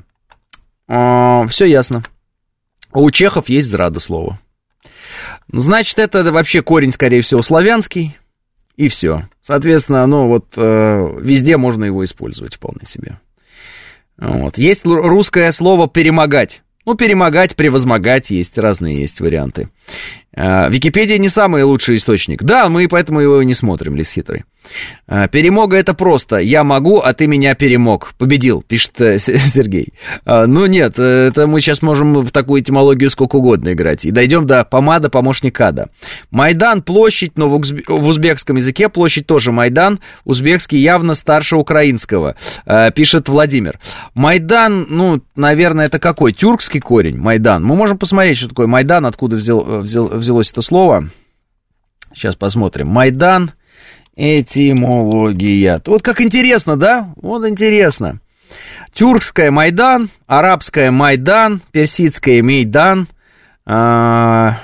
А, все ясно. У чехов есть зрада слово. Значит, это вообще корень, скорее всего, славянский. И все. Соответственно, ну вот э, везде можно его использовать вполне себе. Вот. Есть русское слово «перемогать». Ну, перемогать, превозмогать, есть разные есть варианты. Википедия не самый лучший источник. Да, мы поэтому его и не смотрим, лис хитрый. Перемога — это просто «я могу, а ты меня перемог». Победил, пишет Сергей. Ну нет, это мы сейчас можем в такую этимологию сколько угодно играть. И дойдем до помада, помощник ада. Майдан — площадь, но в, узб... в узбекском языке площадь тоже Майдан. Узбекский явно старше украинского, пишет Владимир. Майдан, ну, наверное, это какой? Тюркский корень, Майдан. Мы можем посмотреть, что такое Майдан, откуда взял, взял, взялось это слово. Сейчас посмотрим. Майдан. Этимология. Вот как интересно, да? Вот интересно. Тюркская Майдан, арабская Майдан, персидская Мейдан. А,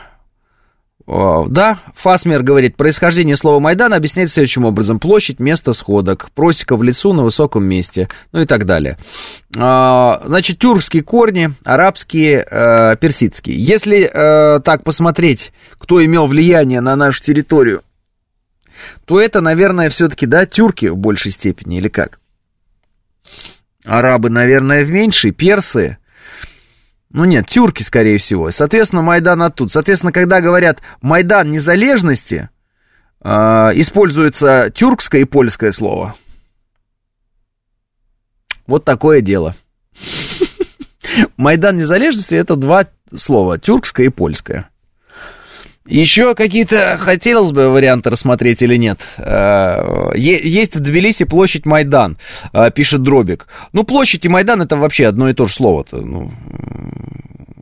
о, да, Фасмер говорит, происхождение слова Майдан объясняется следующим образом. Площадь, место сходок, просека в лесу на высоком месте, ну и так далее. А, значит, тюркские корни, арабские, э, персидские. Если э, так посмотреть, кто имел влияние на нашу территорию, то это, наверное, все-таки, да, тюрки в большей степени, или как? Арабы, наверное, в меньшей, персы. Ну нет, тюрки, скорее всего. Соответственно, Майдан оттуда. Соответственно, когда говорят Майдан незалежности, э, используется тюркское и польское слово. Вот такое дело. Майдан незалежности — это два слова, тюркское и польское. Еще какие-то хотелось бы варианты рассмотреть или нет? Есть в Тбилиси площадь Майдан, пишет Дробик. Ну, площадь и Майдан — это вообще одно и то же слово-то. Ну,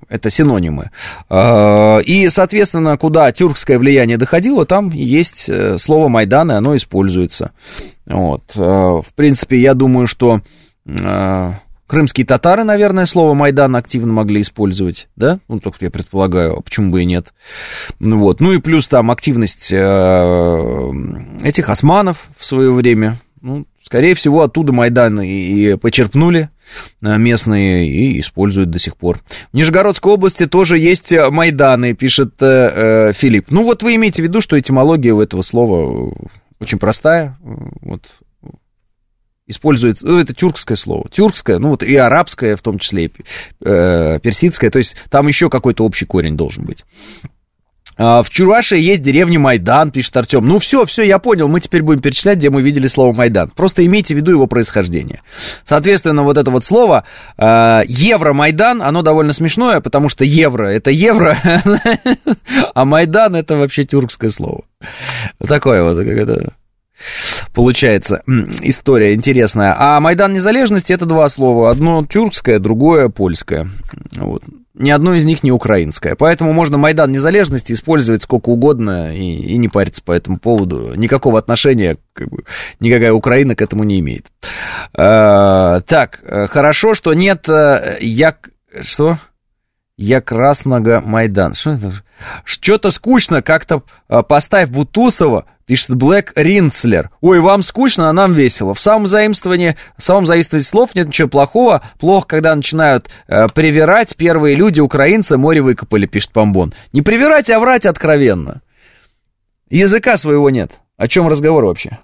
это синонимы. И, соответственно, куда тюркское влияние доходило, там есть слово Майдан, и оно используется. Вот. В принципе, я думаю, что крымские татары, наверное, слово Майдан активно могли использовать, да? Ну, только я предполагаю, а почему бы и нет. Вот. Ну и плюс там активность этих османов в свое время. Ну, скорее всего, оттуда Майдан и почерпнули местные и используют до сих пор. В Нижегородской области тоже есть Майданы, пишет э, Филипп. Ну, вот вы имеете в виду, что этимология у этого слова очень простая. Вот. Использует, ну, это тюркское слово. Тюркское, ну, вот и арабское, в том числе, и э, персидское. То есть там еще какой-то общий корень должен быть. В Чувашии есть деревня Майдан, пишет Артем. Ну, все, все, я понял, мы теперь будем перечислять, где мы видели слово Майдан. Просто имейте в виду его происхождение. Соответственно, вот это вот слово э, Евромайдан, оно довольно смешное, потому что евро — это евро, а Майдан — это вообще тюркское слово. Такое вот, как это... Получается, история интересная. А Майдан Незалежности — это два слова. Одно тюркское, другое польское. Вот. Ни одно из них не украинское. Поэтому можно Майдан Незалежности использовать сколько угодно и, и не париться по этому поводу. Никакого отношения, как бы, никакая Украина к этому не имеет. А, так, хорошо, что нет... Я... Что? Я Красного Майдан. Что это? Что-то скучно, как-то поставь Бутусова, пишет Блэк Ринцлер. Ой, вам скучно, а нам весело. В самом заимствовании, в самом заимствовании слов нет ничего плохого. Плохо, когда начинают э, привирать. Первые люди, украинцы, море выкопали, пишет Помбон. Не привирать, а врать откровенно. Языка своего нет. О чем разговор вообще?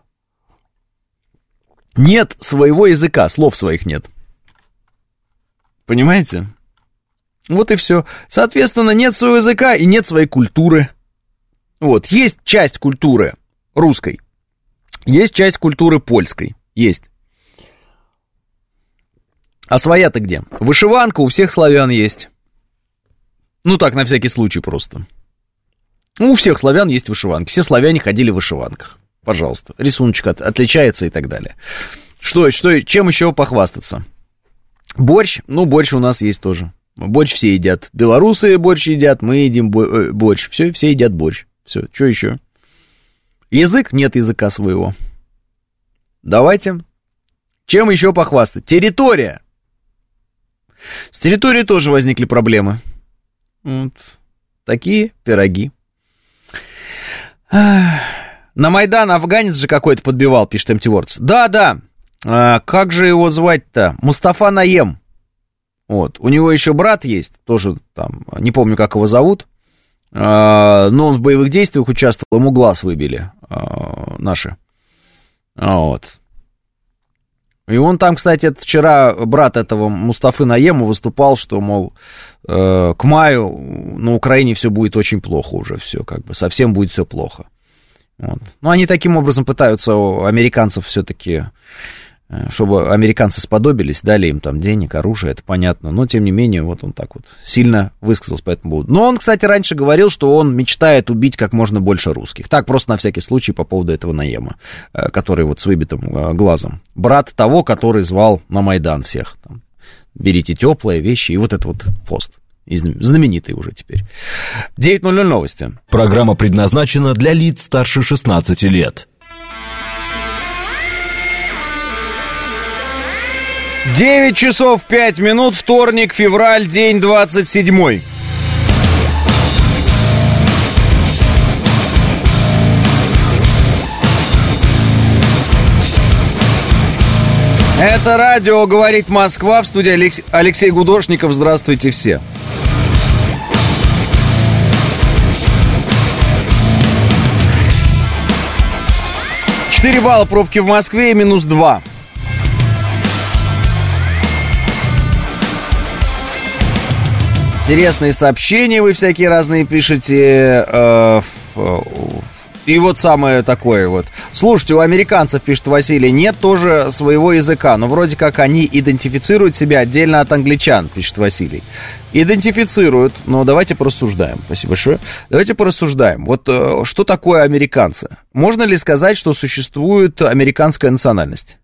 Нет своего языка, слов своих нет. Понимаете? Вот и все. Соответственно, нет своего языка и нет своей культуры. Вот, есть часть культуры русской, есть часть культуры польской, есть. А своя-то где? Вышиванка у всех славян есть. Ну так, на всякий случай просто. Ну, у всех славян есть вышиванки. Все славяне ходили в вышиванках. Пожалуйста. Рисуночек от, отличается и так далее. Что, что, чем еще похвастаться? Борщ? Ну, борщ у нас есть тоже. Борщ все едят. Белорусы борщ едят, мы едим борщ. Все, все едят борщ. Все, что еще? Язык? Нет языка своего. Давайте. Чем еще похвастать? Территория. С территорией тоже возникли проблемы. Вот. Такие пироги. На Майдан афганец же какой-то подбивал, пишет эм ти Words. Да, да. А, как же его звать-то? Мустафа Наем. Вот. У него еще брат есть, тоже там, не помню, как его зовут. Но он в боевых действиях участвовал, ему глаз выбили наши. Вот. И он там, кстати, вчера брат этого Мустафы Наема выступал, что, мол, к маю на Украине все будет очень плохо уже, все как бы, совсем будет все плохо. Вот. Но они таким образом пытаются американцев все-таки... чтобы американцы сподобились, дали им там денег, оружие, это понятно, но тем не менее, вот он так вот сильно высказался по этому поводу. Но он, кстати, раньше говорил, что он мечтает убить как можно больше русских. Так, просто на всякий случай по поводу этого Наема, который вот с выбитым глазом. Брат того, который звал на Майдан всех. Там, берите теплые вещи и вот этот вот пост. Знаменитый уже теперь. девять ноль ноль новости. Программа предназначена для лиц старше шестнадцати лет. девять часов пять минут, вторник, февраль, день двадцать седьмой. Это радио «Говорит Москва», в студии Алекс... Алексей Гудошников. Здравствуйте все. четыре балла пробки в Москве и минус два. Интересные сообщения вы всякие разные пишете. Э, э, и вот самое такое вот. Слушайте, у американцев, пишет Василий, нет тоже своего языка, но вроде как они идентифицируют себя отдельно от англичан, пишет Василий. Идентифицируют, но давайте порассуждаем. Спасибо большое. Давайте порассуждаем. Вот э, что такое американцы? Можно ли сказать, что существует американская национальность?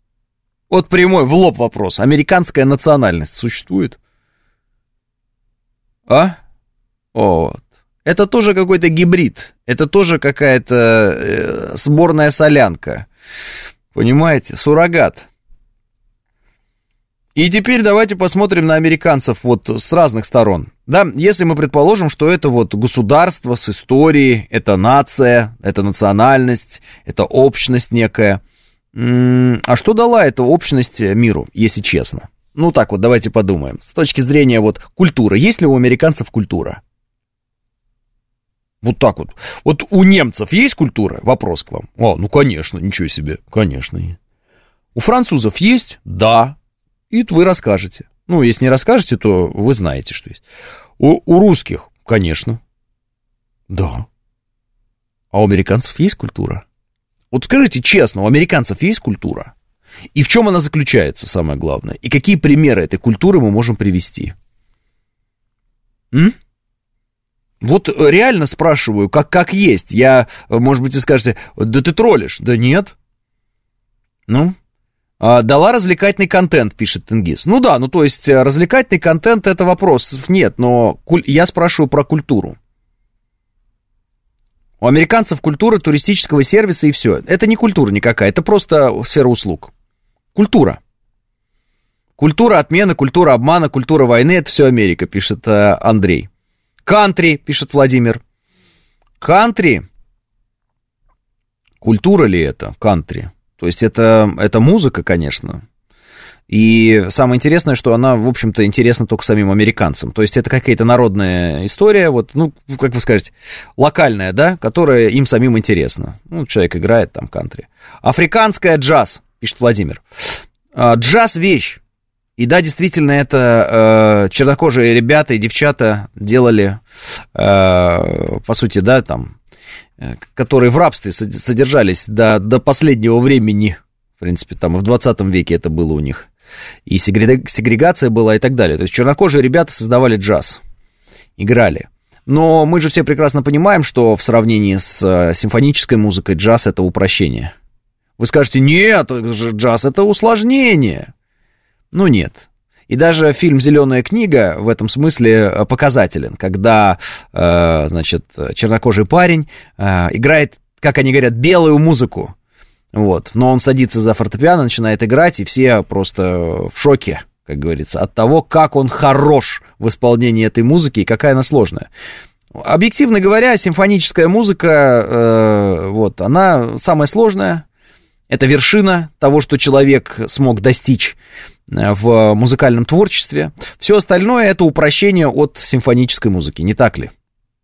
Вот прямой, в лоб вопрос. Американская национальность существует? А? Вот. Это тоже какой-то гибрид. Это тоже какая-то э, сборная солянка. Понимаете? Суррогат. И теперь давайте посмотрим на американцев вот с разных сторон. Да, если мы предположим, что это вот государство с историей, это нация, это национальность, это общность некая. М-м, а что дала эта общность миру, если честно? Ну так вот, давайте подумаем. С точки зрения вот культуры. Есть ли у американцев культура? Вот так вот. Вот у немцев есть культура? Вопрос к вам. А, ну конечно, ничего себе, конечно. У французов есть? Да. И вы расскажете. Ну, если не расскажете, то вы знаете, что есть. У, у русских, конечно. Да. А у американцев есть культура? Вот скажите честно, у американцев есть культура? И в чем она заключается, самое главное? И какие примеры этой культуры мы можем привести? М? Вот реально спрашиваю, как, как есть. Я, может быть, вы скажете, да ты троллишь. Да нет. Ну, а, дала развлекательный контент, пишет Тенгиз. Ну да, ну то есть развлекательный контент — это вопрос. Нет, но куль... я спрашиваю про культуру. У американцев культура туристического сервиса и все. Это не культура никакая, это просто сфера услуг. Культура. Культура отмены, культура обмана, культура войны — это все Америка, пишет э, Андрей. Кантри, пишет Владимир. Кантри. Культура ли это? Кантри. То есть это, это музыка, конечно. И самое интересное, что она, в общем-то, интересна только самим американцам. То есть это какая-то народная история, вот, ну, как вы скажете, локальная, да, которая им самим интересна. Ну, человек играет там кантри. Африканская джаз, пишет Владимир. Джаз — вещь. И да, действительно, это э, чернокожие ребята и девчата делали, э, по сути, да, там, э, которые в рабстве содержались до, до последнего времени. В принципе, там и в двадцатом веке это было у них. И сегрегация была и так далее. То есть чернокожие ребята создавали джаз, играли. Но мы же все прекрасно понимаем, что в сравнении с симфонической музыкой джаз — это упрощение. Вы скажете, нет, джаз — это усложнение. Ну, нет. И даже фильм «Зеленая книга» в этом смысле показателен, когда, э, значит, чернокожий парень э, играет, как они говорят, белую музыку. Вот. Но он садится за фортепиано, начинает играть, и все просто в шоке, как говорится, от того, как он хорош в исполнении этой музыки и какая она сложная. Объективно говоря, симфоническая музыка, э, вот, она самая сложная. Это вершина того, что человек смог достичь в музыкальном творчестве. Все остальное — это упрощение от симфонической музыки, не так ли?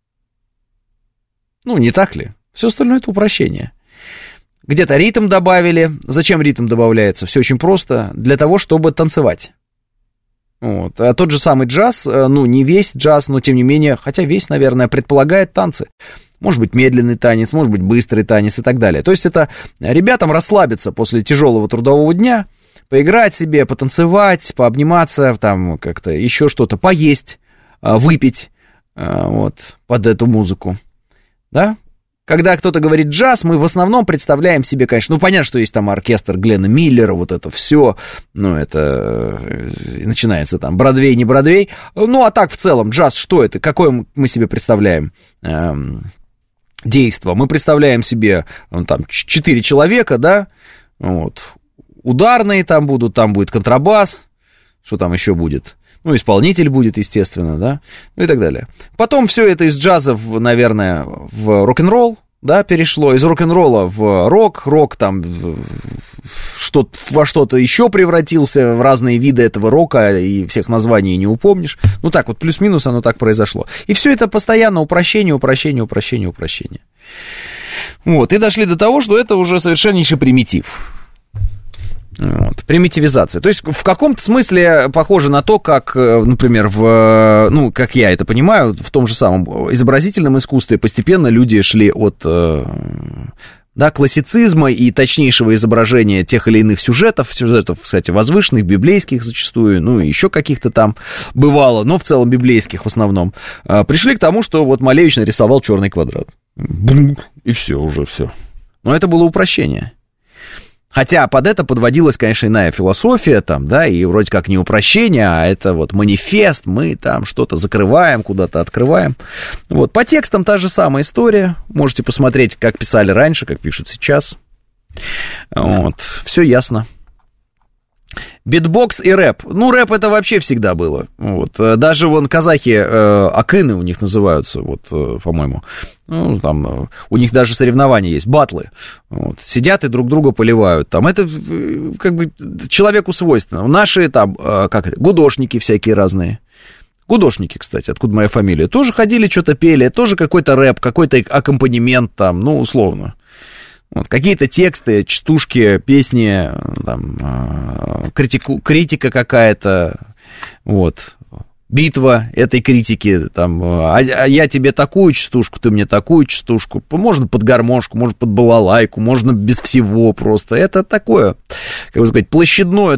Ну, не так ли? Все остальное — это упрощение. Где-то ритм добавили. Зачем ритм добавляется? Все очень просто. Для того, чтобы танцевать. Вот. А тот же самый джаз, ну, не весь джаз, но тем не менее, хотя весь, наверное, предполагает танцы. Может быть, медленный танец, может быть, быстрый танец и так далее. То есть это ребятам расслабиться после тяжелого трудового дня, поиграть себе, потанцевать, пообниматься, там как-то еще что-то, поесть, выпить вот, под эту музыку. Да? Когда кто-то говорит джаз, мы в основном представляем себе, конечно, ну, понятно, что есть там оркестр Гленна Миллера, вот это все, ну, это начинается там Бродвей, не Бродвей. Ну, а так в целом, джаз, что это? Какое мы себе представляем эм, действо? Мы представляем себе, ну, там, четыре человека, да, вот, ударные там будут, там будет контрабас, что там еще будет? Ну, исполнитель будет, естественно, да, ну и так далее. Потом все это из джаза, в, наверное, в рок-н-ролл, да, перешло, из рок-н-ролла в рок, рок там что, во что-то еще превратился, в разные виды этого рока, и всех названий не упомнишь. Ну, так вот, плюс-минус оно так произошло. И все это постоянно упрощение, упрощение, упрощение, упрощение. Вот, и дошли до того, что это уже совершеннейший примитив. Вот, примитивизация. То есть в каком-то смысле похоже на то, как, например, в, ну, как я это понимаю, в том же самом изобразительном искусстве постепенно люди шли от, да, классицизма и точнейшего изображения тех или иных сюжетов, сюжетов, кстати, возвышенных, библейских зачастую, ну, и еще каких-то там бывало, но в целом библейских в основном, пришли к тому, что вот Малевич нарисовал черный квадрат. И все, уже все. Но это было упрощение. Хотя под это подводилась, конечно, иная философия, там, да, и вроде как не упрощение, а это вот манифест, мы там что-то закрываем, куда-то открываем. Вот, по текстам та же самая история, можете посмотреть, как писали раньше, как пишут сейчас. Вот, все ясно. Битбокс и рэп. Ну, рэп это вообще всегда было. Вот. Даже вон казахи, э, акыны у них называются, вот, э, по-моему. Ну, там, э, у них даже соревнования есть, батлы. Вот. Сидят и друг друга поливают. Там, это э, как бы человеку свойственно. Наши там, э, как это, гудошники всякие разные. Гудошники, кстати, откуда моя фамилия. Тоже ходили, что-то пели, тоже какой-то рэп, какой-то аккомпанемент там, ну, условно. Вот, какие-то тексты, частушки, песни, там, критику, критика какая-то, вот, битва этой критики, там, а, а я тебе такую частушку, ты мне такую частушку, можно под гармошку, можно под балалайку, можно без всего просто, это такое, как бы сказать, площадное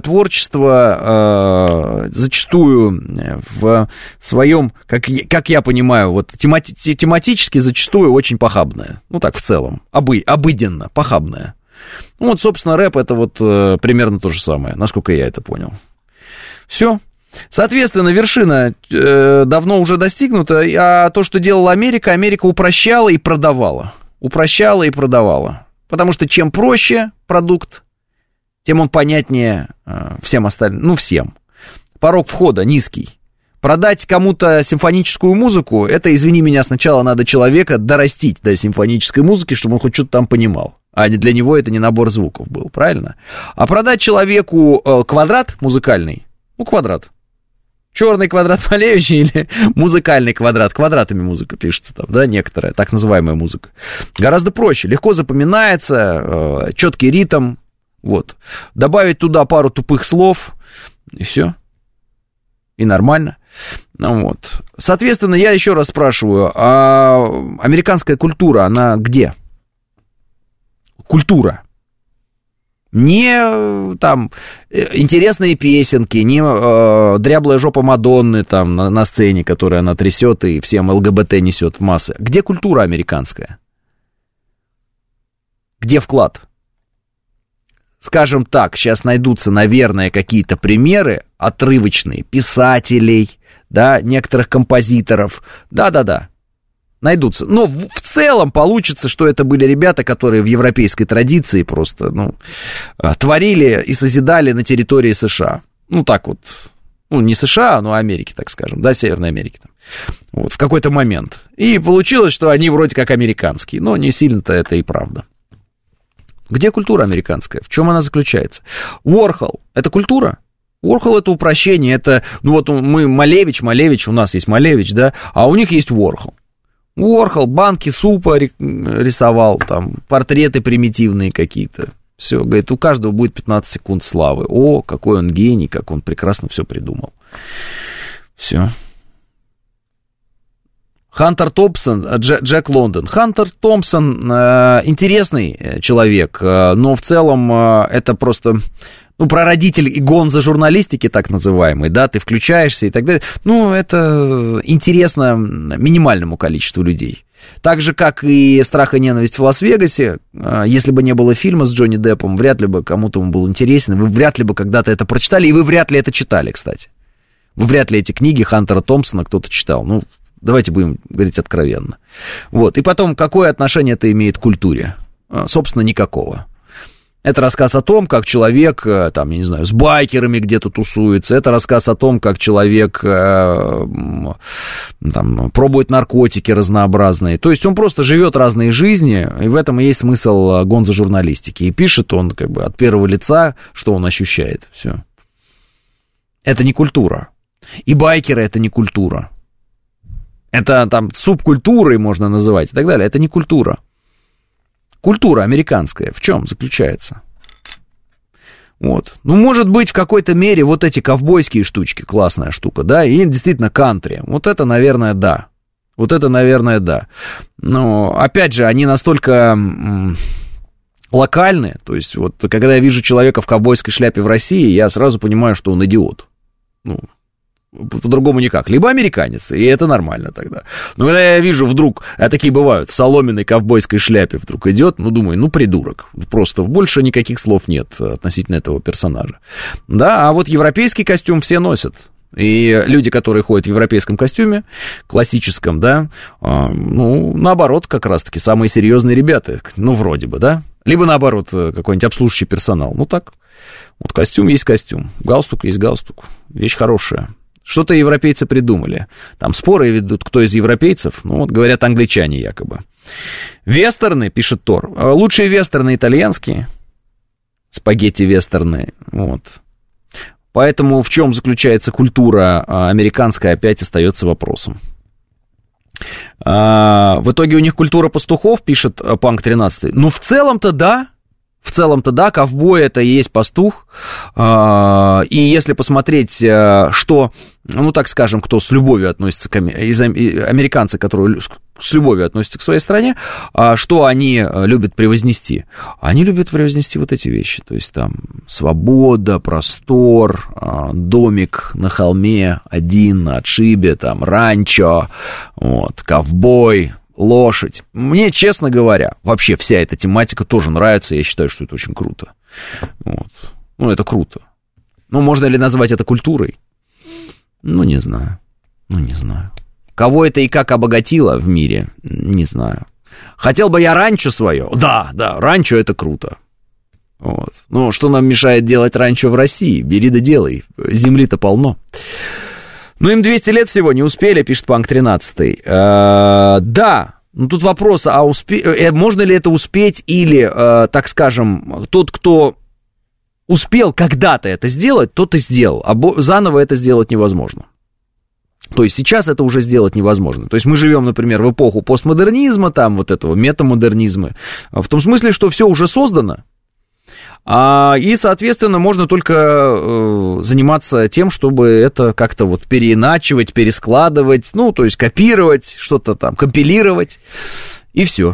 творчество, э, зачастую в своем, как, как я понимаю, вот темати, тематически зачастую очень похабное, ну так в целом, обы, обыденно, похабное. Ну вот, собственно, рэп это вот э, примерно то же самое, насколько я это понял. Все. Соответственно, вершина э, давно уже достигнута, а то, что делала Америка, Америка упрощала и продавала. Упрощала и продавала. Потому что чем проще продукт, тем он понятнее э, всем остальным, ну, всем. Порог входа низкий. Продать кому-то симфоническую музыку, это, извини меня, сначала надо человека дорастить до симфонической музыки, чтобы он хоть что-то там понимал. А для него это не набор звуков был, правильно? А продать человеку э, квадрат музыкальный, ну, квадрат. Черный квадрат Малевича или музыкальный квадрат. Квадратами музыка пишется там, да, некоторая, так называемая музыка. Гораздо проще, легко запоминается, э, четкий ритм, вот. Добавить туда пару тупых слов, и все. И нормально. Ну, вот. Соответственно, я еще раз спрашиваю, а американская культура, она где? Культура. Не там интересные песенки, не э, дряблая жопа Мадонны там на, на сцене, которую она трясет и всем ЛГБТ несет в массы. Где культура американская? Где вклад? Скажем так, сейчас найдутся, наверное, какие-то примеры отрывочные писателей, да, некоторых композиторов. Да-да-да. Найдутся. Но в целом получится, что это были ребята, которые в европейской традиции просто, ну, творили и созидали на территории США. Ну, так вот. Ну, не США, но Америки, так скажем, да, Северной Америки. Там. Вот, в какой-то момент. И получилось, что они вроде как американские, но не сильно-то это и правда. Где культура американская? В чем она заключается? Уорхол — это культура? Уорхол — это упрощение, это, ну вот мы Малевич, Малевич, у нас есть Малевич, да, а у них есть Уорхол. Уорхол банки супа рисовал, там, портреты примитивные какие-то. Все, говорит, у каждого будет пятнадцать секунд славы. О, какой он гений, как он прекрасно все придумал. Все. Хантер Томпсон, Дж, Джек Лондон. Хантер Томпсон э, интересный человек, э, но в целом э, это просто... Ну, прародитель и гонза журналистики, так называемый, да, ты включаешься и так далее. Ну, это интересно минимальному количеству людей. Так же, как и «Страх и ненависть» в Лас-Вегасе, если бы не было фильма с Джонни Деппом, вряд ли бы кому-то он был интересен, вы вряд ли бы когда-то это прочитали, и вы вряд ли это читали, кстати. Вы вряд ли эти книги Хантера Томпсона кто-то читал, ну, давайте будем говорить откровенно. Вот, и потом, какое отношение это имеет к культуре? Собственно, никакого. Это рассказ о том, как человек, там, я не знаю, с байкерами где-то тусуется. Это рассказ о том, как человек э, там, пробует наркотики разнообразные. То есть он просто живет разные жизни, и в этом и есть смысл гонза журналистики. И пишет он как бы от первого лица, что он ощущает. Все. Это не культура. И байкеры — это не культура. Это там субкультурой можно называть и так далее. Это не культура. Культура американская в чем заключается? Вот. Ну, может быть, в какой-то мере вот эти ковбойские штучки, классная штука, да, и действительно кантри. Вот это, наверное, да. Вот это, наверное, да. Но, опять же, они настолько м- локальны, то есть вот когда я вижу человека в ковбойской шляпе в России, я сразу понимаю, что он идиот. Ну, по-другому никак. Либо американец, и это нормально тогда. Но когда я вижу вдруг, а такие бывают, в соломенной ковбойской шляпе вдруг идет, ну, думаю, ну, придурок. Просто больше никаких слов нет относительно этого персонажа. Да, а вот европейский костюм все носят. И люди, которые ходят в европейском костюме, классическом, да, ну, наоборот, как раз-таки самые серьезные ребята, ну, вроде бы, да. Либо, наоборот, какой-нибудь обслуживающий персонал. Ну, так, вот костюм есть костюм, галстук есть галстук, вещь хорошая. Что-то европейцы придумали. Там споры ведут, кто из европейцев. Ну, вот говорят англичане якобы. Вестерны, пишет Тор. Лучшие вестерны итальянские. Спагетти-вестерны. Вот. Поэтому в чем заключается культура американская, опять остается вопросом. В итоге у них культура пастухов, пишет Панк тринадцать. Ну, в целом-то да. В целом-то, да, ковбой это и есть пастух, и если посмотреть, что, ну, так скажем, кто с любовью относится к из американцы, которые с любовью относятся к своей стране, что они любят превознести? Они любят превознести вот эти вещи, то есть там свобода, простор, домик на холме, один на отшибе, там ранчо, вот, ковбой, лошадь. Мне, честно говоря, вообще вся эта тематика тоже нравится. Я считаю, что это очень круто. Вот. Ну, это круто. Ну, можно ли назвать это культурой? Ну, не знаю. Ну, не знаю. Кого это и как обогатило в мире? Не знаю. Хотел бы я ранчо свое? Да, да, ранчо это круто. Вот. Ну, что нам мешает делать ранчо в России? Бери да делай. Земли-то полно. Ну, им двести лет всего, не успели, пишет Панк тринадцать. Э, да, ну тут вопрос, а успе... э, можно ли это успеть, или, э, так скажем, тот, кто успел когда-то это сделать, тот и сделал, а бо... заново это сделать невозможно. То есть сейчас это уже сделать невозможно. То есть мы живем, например, в эпоху постмодернизма, там вот этого метамодернизма, в том смысле, что все уже создано. А, и, соответственно, можно только э, заниматься тем, чтобы это как-то вот переиначивать, перескладывать, ну, то есть копировать, что-то там, компилировать, и все.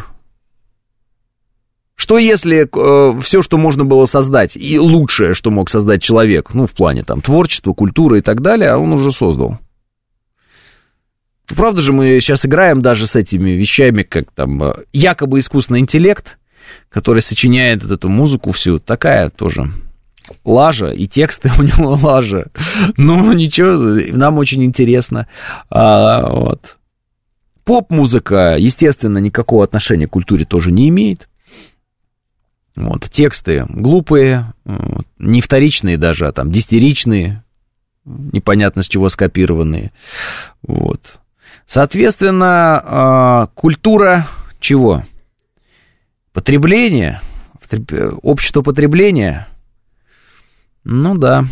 Что если э, все, что можно было создать, и лучшее, что мог создать человек, ну, в плане там творчества, культуры и так далее, он уже создал? Правда же, мы сейчас играем даже с этими вещами, как там якобы искусственный интеллект, который сочиняет эту музыку всю, такая тоже лажа, и тексты у него лажа. Ну, ничего, нам очень интересно. А, вот. Поп-музыка, естественно, никакого отношения к культуре тоже не имеет. Вот. Тексты глупые, вот. Не вторичные даже, а там десятиричные, непонятно с чего скопированные. Вот. Соответственно, а, культура чего? Потребление, общество потребления, ну да.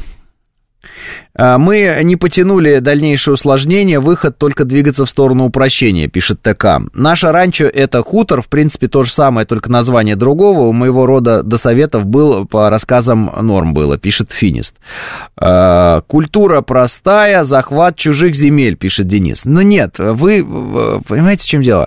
Мы не потянули дальнейшее усложнение, выход только двигаться в сторону упрощения, пишет ТК. Наше ранчо это хутор, в принципе, то же самое, только название другого. У моего рода до советов был, по рассказам норм было, пишет Финист. Культура простая, захват чужих земель, пишет Денис. Но нет, вы понимаете, в чем дело?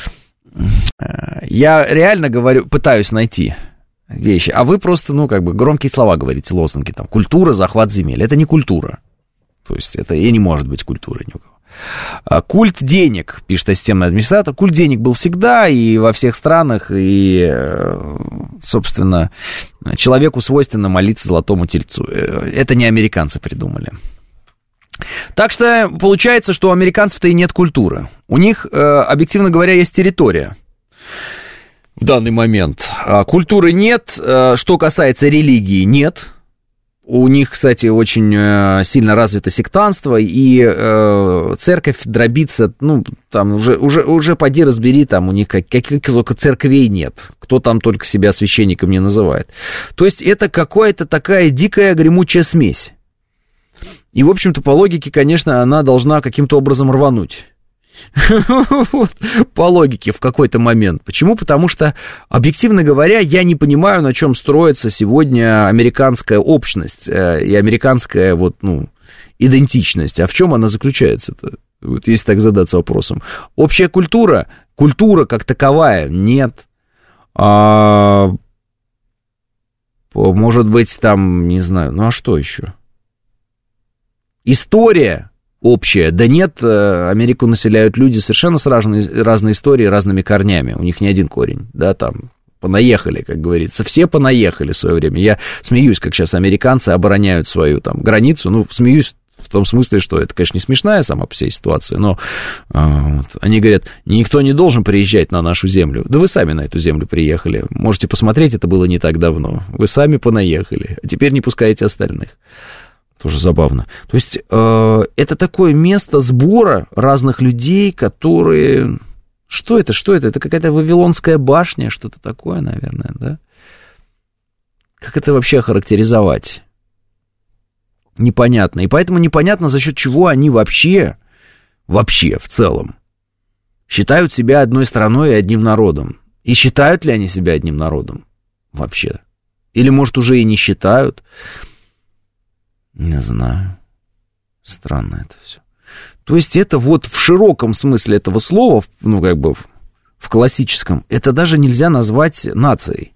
Я реально говорю, пытаюсь найти вещи, а вы просто, ну, как бы громкие слова говорите, лозунги, там, культура, захват земель. Это не культура. То есть это и не может быть культурой ни у кого. Культ денег, пишет системный администратор. Культ денег был всегда и во всех странах, и, собственно, человеку свойственно молиться золотому тельцу. Это не американцы придумали. Так что получается, что у американцев-то и нет культуры. У них, объективно говоря, есть территория в данный момент. Культуры нет. Что касается религии, нет. У них, кстати, очень сильно развито сектантство, и церковь дробится, ну, там уже, уже, уже поди разбери, там у них каких только церквей нет. Кто там только себя священником не называет. То есть это какая-то такая дикая гремучая смесь. И, в общем-то, по логике, конечно, она должна каким-то образом рвануть. По логике в какой-то момент. Почему? Потому что, объективно говоря, я не понимаю, на чем строится сегодня американская общность и американская вот, ну, идентичность. А в чем она заключается-то? Вот если так задаться вопросом. Общая культура, культура как таковая, нет. А, может быть, там, не знаю, ну а что еще? История, общее. Да нет, Америку населяют люди совершенно с разной, разной историей, разными корнями. У них не один корень, да, там, понаехали, как говорится. Все понаехали в свое время. Я смеюсь, как сейчас американцы обороняют свою там границу, ну, смеюсь в том смысле, что это, конечно, не смешная сама по себе ситуация, но а, вот, они говорят, никто не должен приезжать на нашу землю. Да вы сами на эту землю приехали. Можете посмотреть, это было не так давно. Вы сами понаехали, а теперь не пускаете остальных. Тоже забавно. То есть э, это такое место сбора разных людей, которые... Что это, что это? Это какая-то Вавилонская башня, что-то такое, наверное, да? Как это вообще охарактеризовать? Непонятно. И поэтому непонятно, за счет чего они вообще, вообще в целом, считают себя одной страной и одним народом. И считают ли они себя одним народом вообще? Или, может, уже и не считают? Не знаю. Странно это все. То есть это вот в широком смысле этого слова, ну, как бы в, в классическом, это даже нельзя назвать нацией.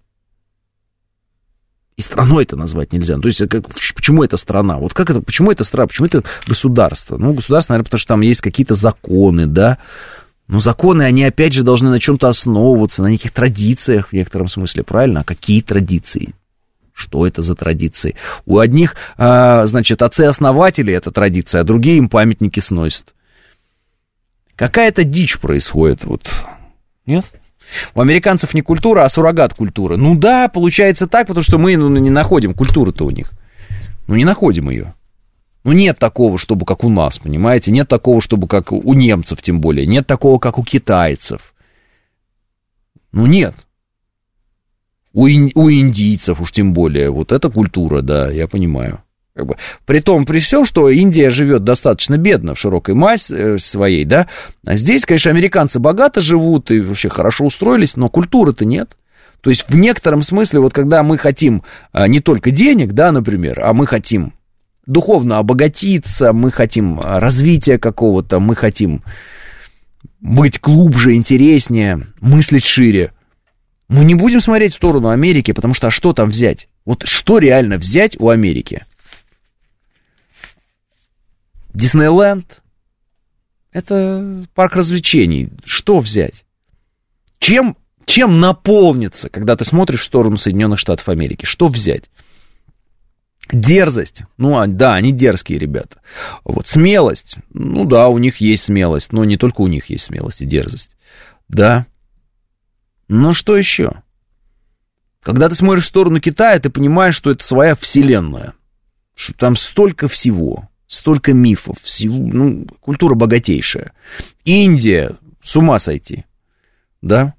И страной это назвать нельзя. То есть, как, почему это страна? Вот как это, почему это страна? Почему это государство? Ну, государство, наверное, потому что там есть какие-то законы, да. Но законы, они, опять же, должны на чем-то основываться, на неких традициях в некотором смысле, правильно? А какие традиции? Что это за традиции? У одних, а, значит, отцы-основатели это традиция, а другие им памятники сносят. Какая-то дичь происходит, вот. Нет? У американцев не культура, а суррогат культуры. Ну да, получается так, потому что мы ну, не находим культуру-то у них. Ну не находим ее. Ну нет такого, чтобы как у нас, понимаете? Нет такого, чтобы как у немцев, тем более. Нет такого, как у китайцев. Ну нет. У, ин, у индийцев уж тем более. Вот это культура, да, я понимаю. Как бы, при том, при всем, что Индия живет достаточно бедно в широкой массе своей, да, а здесь, конечно, американцы богато живут и вообще хорошо устроились, но культуры-то нет. То есть в некотором смысле, вот когда мы хотим а, не только денег, да, например, а мы хотим духовно обогатиться, мы хотим развития какого-то, мы хотим быть глубже, интереснее, мыслить шире, мы не будем смотреть в сторону Америки, потому что а что там взять? Вот что реально взять у Америки? Диснейленд? Это парк развлечений. Что взять? Чем, чем наполнится, когда ты смотришь в сторону Соединенных Штатов Америки? Что взять? Дерзость. Ну, да, они дерзкие ребята. Вот смелость. Ну, да, у них есть смелость, но не только у них есть смелость и дерзость. Да. Но что еще? Когда ты смотришь в сторону Китая, ты понимаешь, что это своя вселенная. Что там столько всего. Столько мифов, всего, ну, культура богатейшая. Индия, с ума сойти, да?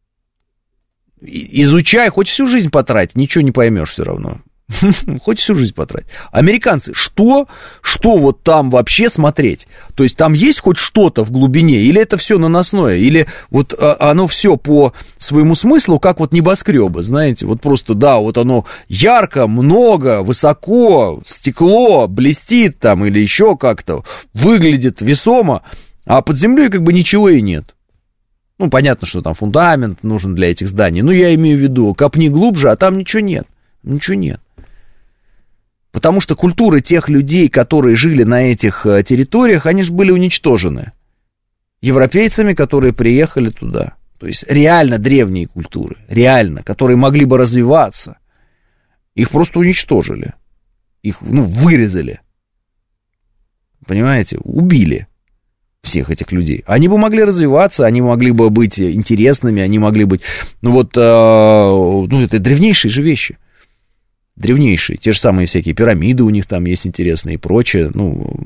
Изучай, хоть всю жизнь потратить, ничего не поймешь все равно. Хоть всю жизнь потратить. Американцы, что, что вот там вообще смотреть? То есть там есть хоть что-то в глубине, или это все наносное, или вот оно все по своему смыслу, как вот небоскребы, знаете, вот просто, да, вот оно ярко, много, высоко, стекло, блестит там, или еще как-то, выглядит весомо, а под землей как бы ничего и нет. Ну, понятно, что там фундамент нужен для этих зданий, но я имею в виду, копни глубже, а там ничего нет, ничего нет. Потому что культуры тех людей, которые жили на этих территориях, они же были уничтожены европейцами, которые приехали туда. То есть реально древние культуры, реально, которые могли бы развиваться, их просто уничтожили. Их, ну, вырезали. Понимаете? Убили всех этих людей. Они бы могли развиваться, они могли бы быть интересными, они могли быть... Ну вот, э, ну, это древнейшие же вещи. Древнейшие, те же самые всякие пирамиды у них там есть интересные и прочее, ну,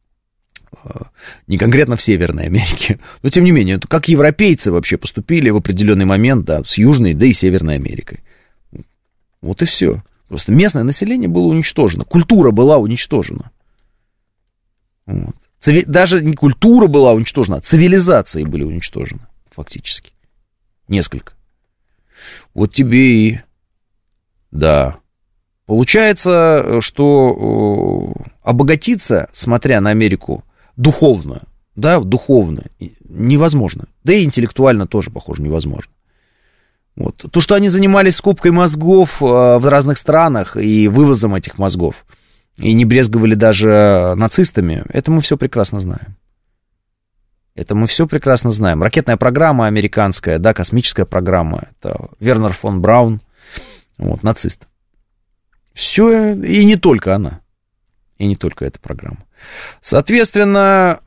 не конкретно в Северной Америке, но тем не менее, как европейцы вообще поступили в определенный момент, да, с Южной, да и Северной Америкой. Вот и все. Просто местное население было уничтожено, культура была уничтожена. Вот. Циви... Даже не культура была уничтожена, а цивилизации были уничтожены, фактически. Несколько. Вот тебе и... Да... Получается, что обогатиться, смотря на Америку, духовно, да, духовно, невозможно. Да и интеллектуально тоже, похоже, невозможно. Вот. То, что они занимались скупкой мозгов в разных странах и вывозом этих мозгов, и не брезговали даже нацистами, это мы все прекрасно знаем. Это мы все прекрасно знаем. Ракетная программа американская, да, космическая программа, это Вернер фон Браун, вот, нацист. Все, и не только она, и не только эта программа. Соответственно,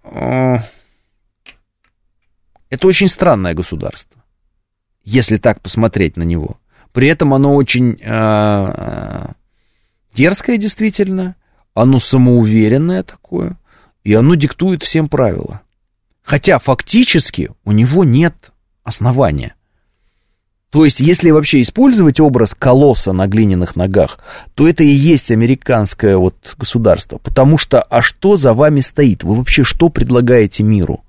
это очень странное государство, если так посмотреть на него. При этом оно очень дерзкое, действительно, оно самоуверенное такое, и оно диктует всем правила. Хотя фактически у него нет основания. То есть, если вообще использовать образ колосса на глиняных ногах, то это и есть американское вот государство. Потому что, а что за вами стоит? Вы вообще что предлагаете миру?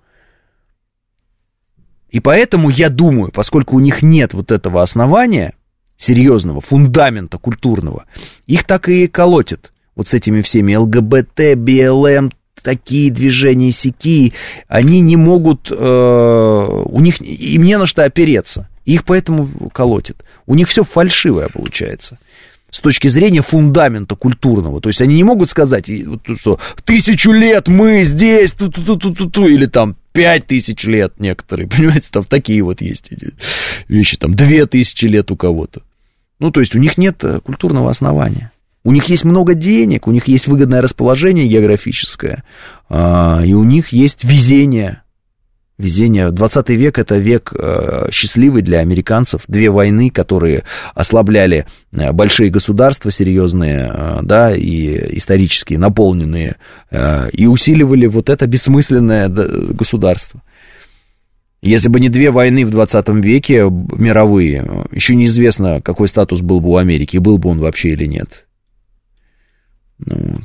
И поэтому я думаю, поскольку у них нет вот этого основания, серьезного, фундамента культурного, их так и колотит. Вот с этими всеми ЛГБТ, БЛМ, такие движения, сяки, они не могут, э, у них, им не на что опереться, их поэтому колотит. У них все фальшивое получается, с точки зрения фундамента культурного. То есть они не могут сказать, что тысячу лет мы здесь, ту-ту-ту-ту-ту, или там пять тысяч лет некоторые, понимаете, там такие вот есть вещи, там две тысячи лет у кого-то. Ну, то есть у них нет культурного основания. У них есть много денег, у них есть выгодное расположение географическое, и у них есть везение. Везение. двадцатый век – это век счастливый для американцев. Две войны, которые ослабляли большие государства серьезные, да, и исторические, наполненные, и усиливали вот это бессмысленное государство. Если бы не две войны в двадцатом веке мировые, еще неизвестно, какой статус был бы у Америки, был бы он вообще или нет. Ну, вот.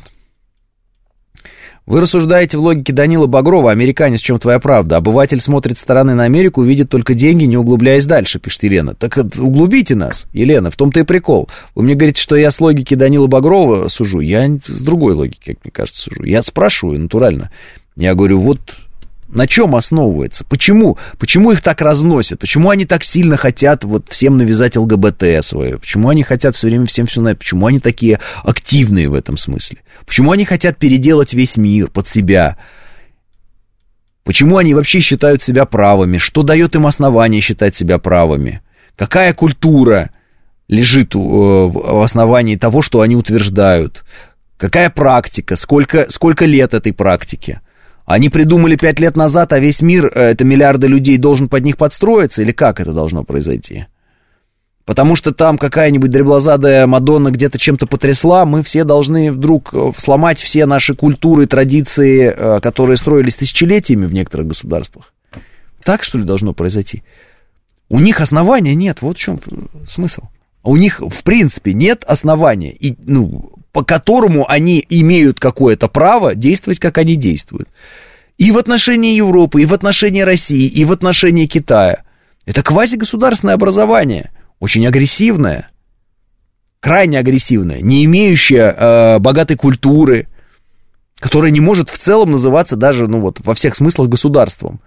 Вы рассуждаете в логике Данила Багрова, американец, в чем твоя правда? Обыватель смотрит со стороны на Америку, видит только деньги, не углубляясь дальше, пишет Елена. Так углубите нас, Елена, в том-то и прикол. Вы мне говорите, что я с логики Данила Багрова сужу. Я с другой логики, как мне кажется, сужу. Я спрашиваю натурально. Я говорю, вот на чем основывается? Почему? Почему их так разносят? Почему они так сильно хотят вот всем навязать ЛГБТ свое? Почему они хотят все время всем все знать? Почему они такие активные в этом смысле? Почему они хотят переделать весь мир под себя? Почему они вообще считают себя правыми? Что дает им основание считать себя правыми? Какая культура лежит в основании того, что они утверждают? Какая практика? Сколько, сколько лет этой практике? Они придумали пять лет назад, а весь мир, это миллиарды людей, должен под них подстроиться? Или как это должно произойти? Потому что там какая-нибудь дреблозадая Мадонна где-то чем-то потрясла, мы все должны вдруг сломать все наши культуры, традиции, которые строились тысячелетиями в некоторых государствах. Так, что ли, должно произойти? У них основания нет, вот в чем смысл. У них, в принципе, нет основания, и, ну, по которому они имеют какое-то право действовать, как они действуют. И в отношении Европы, и в отношении России, и в отношении Китая. Это квазигосударственное образование, очень агрессивное, крайне агрессивное, не имеющее э, богатой культуры, которое не может в целом называться даже, ну вот, во всех смыслах государством.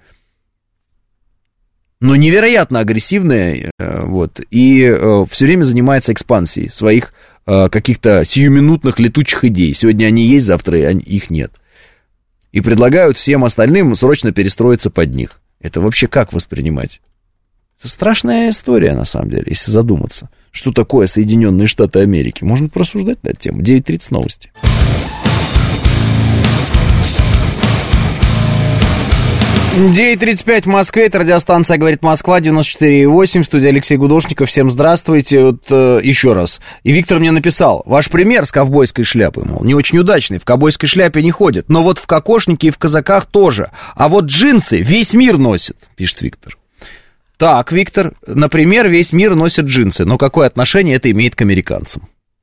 Но невероятно агрессивное, э, вот, и э, все время занимается экспансией своих э, каких-то сиюминутных летучих идей. Сегодня они есть, завтра их нет. И предлагают всем остальным срочно перестроиться под них. Это вообще как воспринимать? Это страшная история, на самом деле, если задуматься. Что такое Соединенные Штаты Америки? Можно порассуждать на эту тему. девять тридцать новости. девять тридцать пять в Москве, это радиостанция «Говорит Москва», девяносто четыре и восемь, студия Алексей Гудошников, всем здравствуйте, вот э, еще раз. И Виктор мне написал, ваш пример с ковбойской шляпой, мол, не очень удачный, в ковбойской шляпе не ходят, но вот в кокошнике и в казаках тоже, а вот джинсы весь мир носит, пишет Виктор. Так, Виктор, например, весь мир носит джинсы, но какое отношение это имеет к американцам?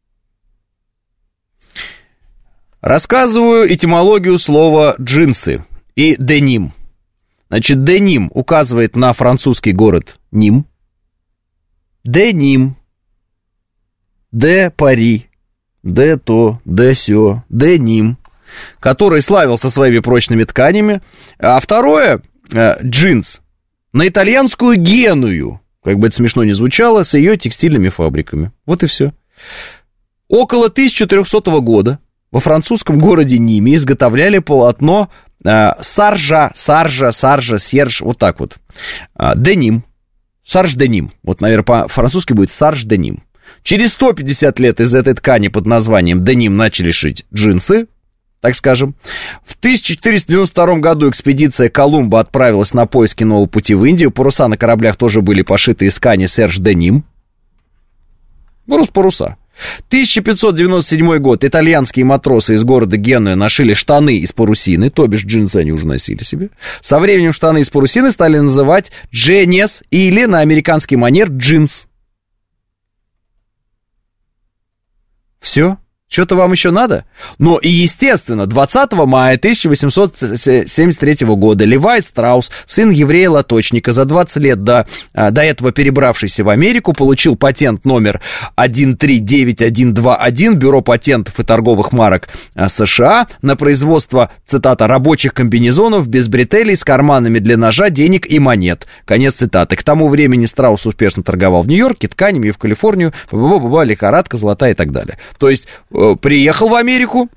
Рассказываю этимологию слова «джинсы» и «деним». Значит, деним указывает на французский город Ним. Деним. Де Пари. Де то, де сё, деним. Который славился своими прочными тканями. А второе, э, джинс. На итальянскую Геную, как бы это смешно ни звучало, с ее текстильными фабриками. Вот и все. Около тысяча четырехсотого года во французском городе Ниме изготовляли полотно э, саржа, саржа, саржа, серж, вот так вот. Э, деним, сарж-деним. Вот, наверное, по-французски будет сарж-деним. Через сто пятьдесят лет из этой ткани под названием деним начали шить джинсы, так скажем. В тысяча четыреста девяносто втором году экспедиция Колумба отправилась на поиски нового пути в Индию. Паруса на кораблях тоже были пошиты из ткани серж-деним. Парус паруса. тысяча пятьсот девяносто седьмой год. Итальянские матросы из города Генуя нашили штаны из парусины, то бишь джинсы они уже носили себе. Со временем штаны из парусины стали называть дженес или на американский манер джинс. Все? Что-то вам еще надо? Ну и, естественно, двадцатого мая тысяча восемьсот семьдесят третьего года Левай Страус, сын еврея-лоточника, за двадцать лет до, до этого перебравшийся в Америку, получил патент номер один три девять один два один Бюро патентов и торговых марок США на производство, цитата, рабочих комбинезонов без бретелей с карманами для ножа, денег и монет. Конец цитаты. К тому времени Страус успешно торговал в Нью-Йорке, тканями, и в Калифорнию, бла-бла-бла, лихорадка золотая и так далее. То есть приехал в Америку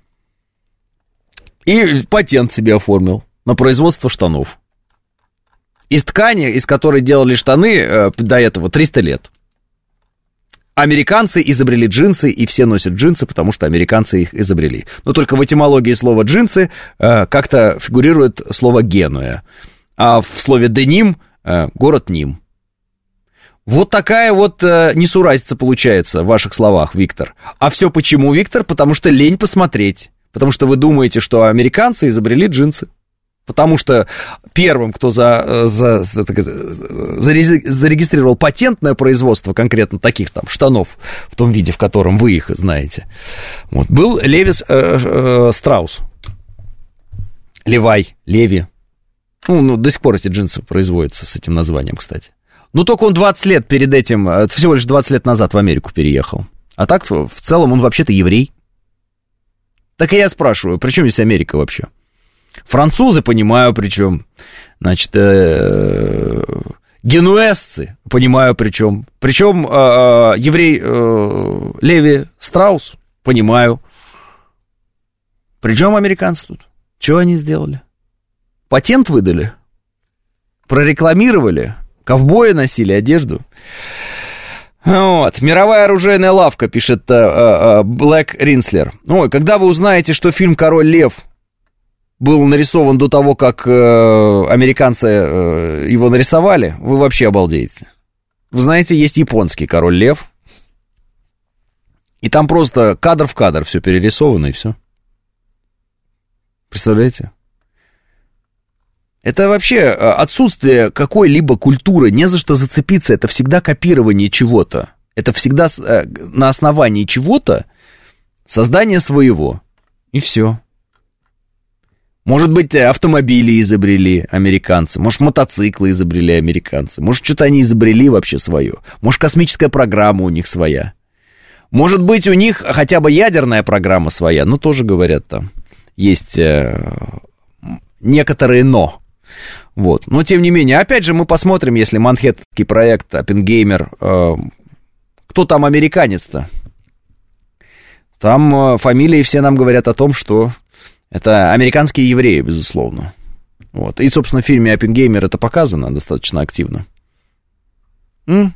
и патент себе оформил на производство штанов. Из ткани, из которой делали штаны э, до этого триста лет. Американцы изобрели джинсы, и все носят джинсы, потому что американцы их изобрели. Но только в этимологии слова джинсы э, как-то фигурирует слово Генуя. А в слове деним э, город Ним. Вот такая вот э, несуразица получается в ваших словах, Виктор. А все почему, Виктор? Потому что лень посмотреть. Потому что вы думаете, что американцы изобрели джинсы. Потому что первым, кто за, за, за, зарегистрировал патентное производство конкретно таких там штанов, в том виде, в котором вы их знаете, вот, был Леви э, э, Страус. Левай, Леви. Ну, ну, до сих пор эти джинсы производятся с этим названием, кстати. Ну, только он двадцать лет перед этим, всего лишь двадцать лет назад в Америку переехал. А так, в целом, он вообще-то еврей. Так и я спрашиваю, при чем здесь Америка вообще? Французы, понимаю, при чем. Значит, э, генуэзцы, понимаю, при чем. Причем э, еврей э, Леви Страус, понимаю. При чем американцы тут? Что они сделали? Патент выдали? Прорекламировали? Ковбои носили одежду. Вот. Мировая оружейная лавка, пишет uh, uh, Блэк Ринслер. Ой, когда вы узнаете, что фильм «Король Лев» был нарисован до того, как uh, американцы uh, его нарисовали, вы вообще обалдеете. Вы знаете, есть японский «Король Лев», и там просто кадр в кадр все перерисовано, и все. Представляете? Это вообще отсутствие какой-либо культуры, не за что зацепиться, это всегда копирование чего-то. Это всегда на основании чего-то создание своего. И все. Может быть, автомобили изобрели американцы, может, мотоциклы изобрели американцы, может, что-то они изобрели вообще свое, может, космическая программа у них своя. Может быть, у них хотя бы ядерная программа своя, но тоже, говорят, там есть некоторые «но». Вот. Но, тем не менее, опять же, мы посмотрим, если Манхэттенский проект, Оппенгеймер, э, кто там американец-то? Там э, фамилии все нам говорят о том, что это американские евреи, безусловно. Вот. И, собственно, в фильме Оппенгеймер это показано достаточно активно. М?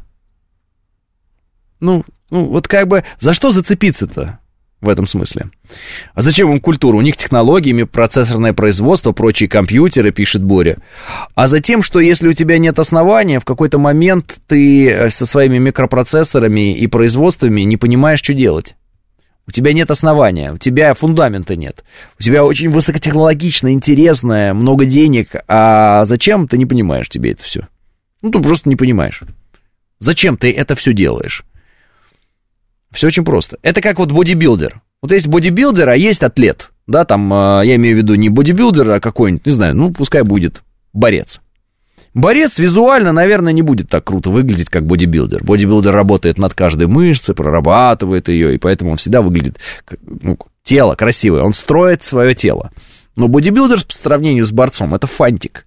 Ну, ну, вот как бы, за что зацепиться-то? В этом смысле. А зачем им культура? У них технологиями, процессорное производство, прочие компьютеры, пишет Боря. А затем, что если у тебя нет основания, в какой-то момент ты со своими микропроцессорами и производствами не понимаешь, что делать. У тебя нет основания, у тебя фундамента нет. У тебя очень высокотехнологично, интересное, много денег. А зачем, ты не понимаешь тебе это все. Ну, ты просто не понимаешь. Зачем ты это все делаешь? Все очень просто. Это как вот бодибилдер. Вот есть бодибилдер, а есть атлет. Да, там, я имею в виду не бодибилдер, а какой-нибудь, не знаю, ну, пускай будет борец. Борец визуально, наверное, не будет так круто выглядеть, как бодибилдер. Бодибилдер работает над каждой мышцей, прорабатывает ее, и поэтому он всегда выглядит, ну, тело красивое, он строит свое тело. Но бодибилдер по сравнению с борцом — это фантик.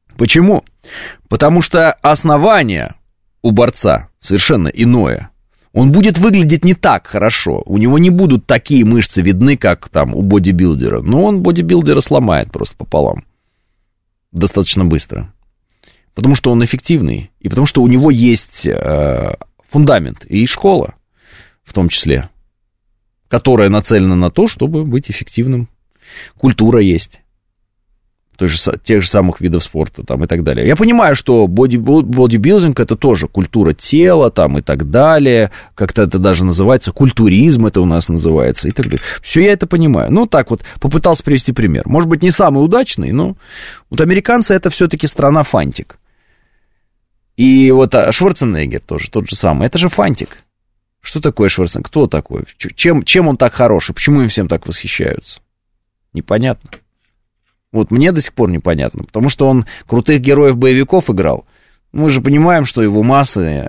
Почему? Потому что основание у борца совершенно иное. Он будет выглядеть не так хорошо, у него не будут такие мышцы видны, как там у бодибилдера, но он бодибилдера сломает просто пополам достаточно быстро, потому что он эффективный, и потому что у него есть э, фундамент и школа, в том числе, которая нацелена на то, чтобы быть эффективным. Культура есть. Той же, тех же самых видов спорта там, и так далее. Я понимаю, что боди, бодибилдинг это тоже культура тела там, и так далее. Как-то это даже называется, культуризм это у нас называется. И так далее. Все я это понимаю. Ну, так вот, попытался привести пример. Может быть, не самый удачный, но вот американцы это все-таки страна фантик. И вот Шварценеггер тоже тот же самый. Это же фантик. Что такое Шварценеггер? Кто такой? Чем, чем он так хороший? Почему им всем так восхищаются? Непонятно. Вот мне до сих пор непонятно, потому что он крутых героев-боевиков играл. Мы же понимаем, что его массы,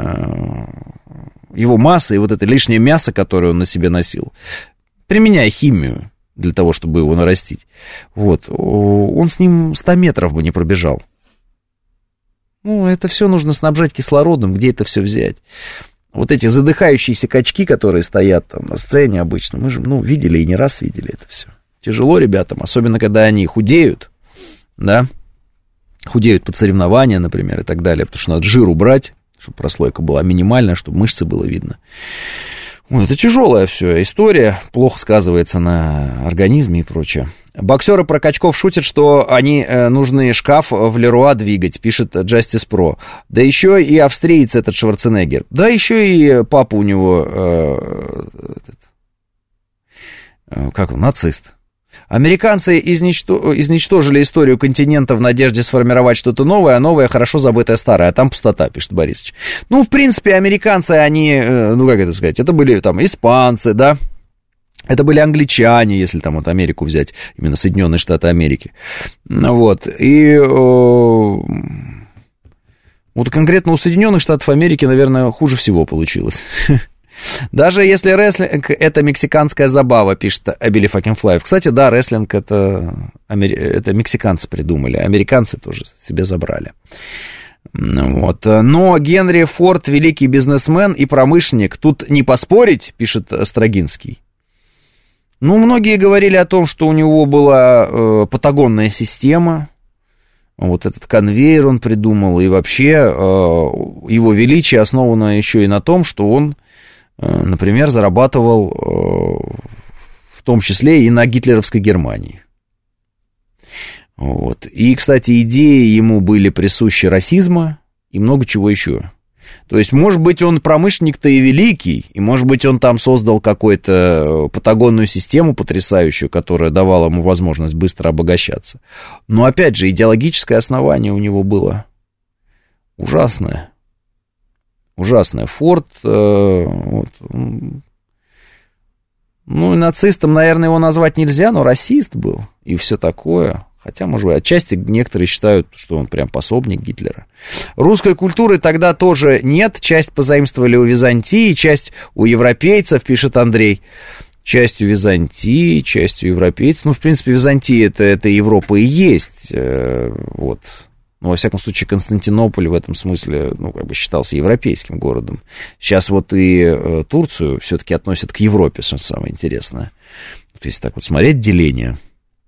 его масса и вот это лишнее мясо, которое он на себе носил, применяя химию для того, чтобы его нарастить, вот, он с ним сто метров бы не пробежал. Ну, это все нужно снабжать кислородом, где это все взять? Вот эти задыхающиеся качки, которые стоят там на сцене обычно, мы же, ну, видели и не раз видели это все. Тяжело ребятам, особенно когда они худеют, да, худеют под соревнования, например, и так далее, потому что надо жир убрать, чтобы прослойка была минимальная, чтобы мышцы было видно. Ой, это тяжелая все история, плохо сказывается на организме и прочее. Боксеры про качков шутят, что они э, нужны шкаф в Леруа двигать, пишет Justice Pro. Да еще и австриец этот Шварценеггер. Да еще и папа у него, э, э, как он, нацист. Американцы изничто... изничтожили историю континента в надежде сформировать что-то новое, а новое хорошо забытое старое, а там пустота, пишет Борисович. Ну, в принципе, американцы, они, ну, как это сказать, это были там испанцы, да, это были англичане, если там вот Америку взять, именно Соединенные Штаты Америки. Вот, и вот конкретно у Соединенных Штатов Америки, наверное, хуже всего получилось. Даже если рестлинг это мексиканская забава, пишет Абили Fucking Fly. Кстати, да, рестлинг это, это мексиканцы придумали, американцы тоже себе забрали. Вот. Но Генри Форд великий бизнесмен и промышленник, тут не поспорить, пишет Строгинский. Ну, многие говорили о том, что у него была э, патагонная система, вот этот конвейер он придумал, и вообще э, его величие основано еще и на том, что он, например, зарабатывал в том числе и на гитлеровской Германии. Вот. И, кстати, идеи ему были присущи расизма и много чего еще. То есть, может быть, он промышленник-то и великий, и, может быть, он там создал какую-то патагонную систему потрясающую, которая давала ему возможность быстро обогащаться. Но, опять же, идеологическое основание у него было ужасное. Ужасная. Форд, э, вот, ну, нацистом, наверное, его назвать нельзя, но расист был, и все такое. Хотя, может быть, отчасти некоторые считают, что он прям пособник Гитлера. Русской культуры тогда тоже нет, часть позаимствовали у Византии, часть у европейцев, пишет Андрей. Часть у Византии, часть у европейцев. Ну, в принципе, Византия это, это Европа и есть, э, вот. Ну, во всяком случае, Константинополь в этом смысле, ну, как бы считался европейским городом. Сейчас вот и э, Турцию все-таки относят к Европе, что самое интересное. То есть так вот смотреть деление.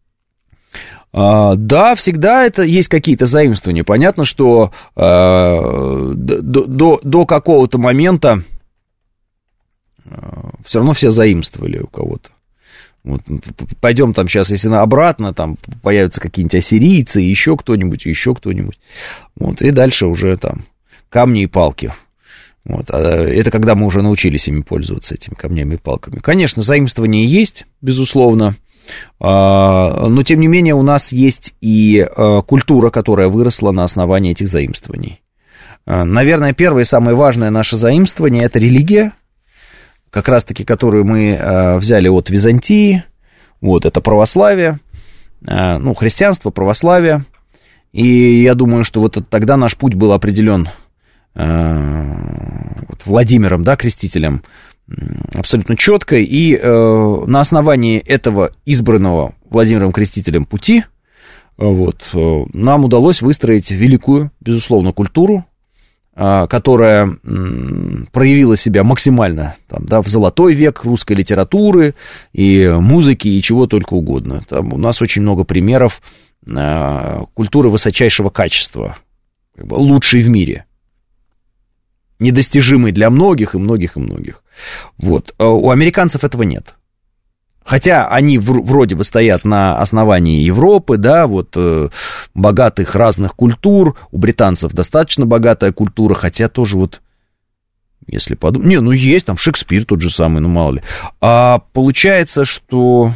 А, да, всегда это есть какие-то заимствования. Понятно, что э, до, до, до какого-то момента э, все равно все заимствовали у кого-то. Вот, пойдем там сейчас, если обратно, там появятся какие-нибудь ассирийцы, еще кто-нибудь, еще кто-нибудь. Вот, и дальше уже там камни и палки. Вот, а это когда мы уже научились ими пользоваться, этими камнями и палками. Конечно, заимствования есть, безусловно, но тем не менее у нас есть и культура, которая выросла на основании этих заимствований. Наверное, первое и самое важное наше заимствование – это религия, как раз-таки, которую мы э, взяли от Византии, вот, это православие, э, ну, христианство, православие, и я думаю, что вот тогда наш путь был определен э, вот, Владимиром, да, Крестителем, абсолютно четко, и э, на основании этого избранного Владимиром Крестителем пути, э, вот, э, нам удалось выстроить великую, безусловно, культуру, которая проявила себя максимально там, да, в золотой век русской литературы и музыки, и чего только угодно. Там у нас очень много примеров культуры высочайшего качества, лучшей в мире, недостижимой для многих и многих и многих. Вот. У американцев этого нет. Хотя они вроде бы стоят на основании Европы, да, вот э, богатых разных культур, у британцев достаточно богатая культура, хотя тоже вот, если подумать, не, ну есть там Шекспир тот же самый, ну мало ли. А получается, что...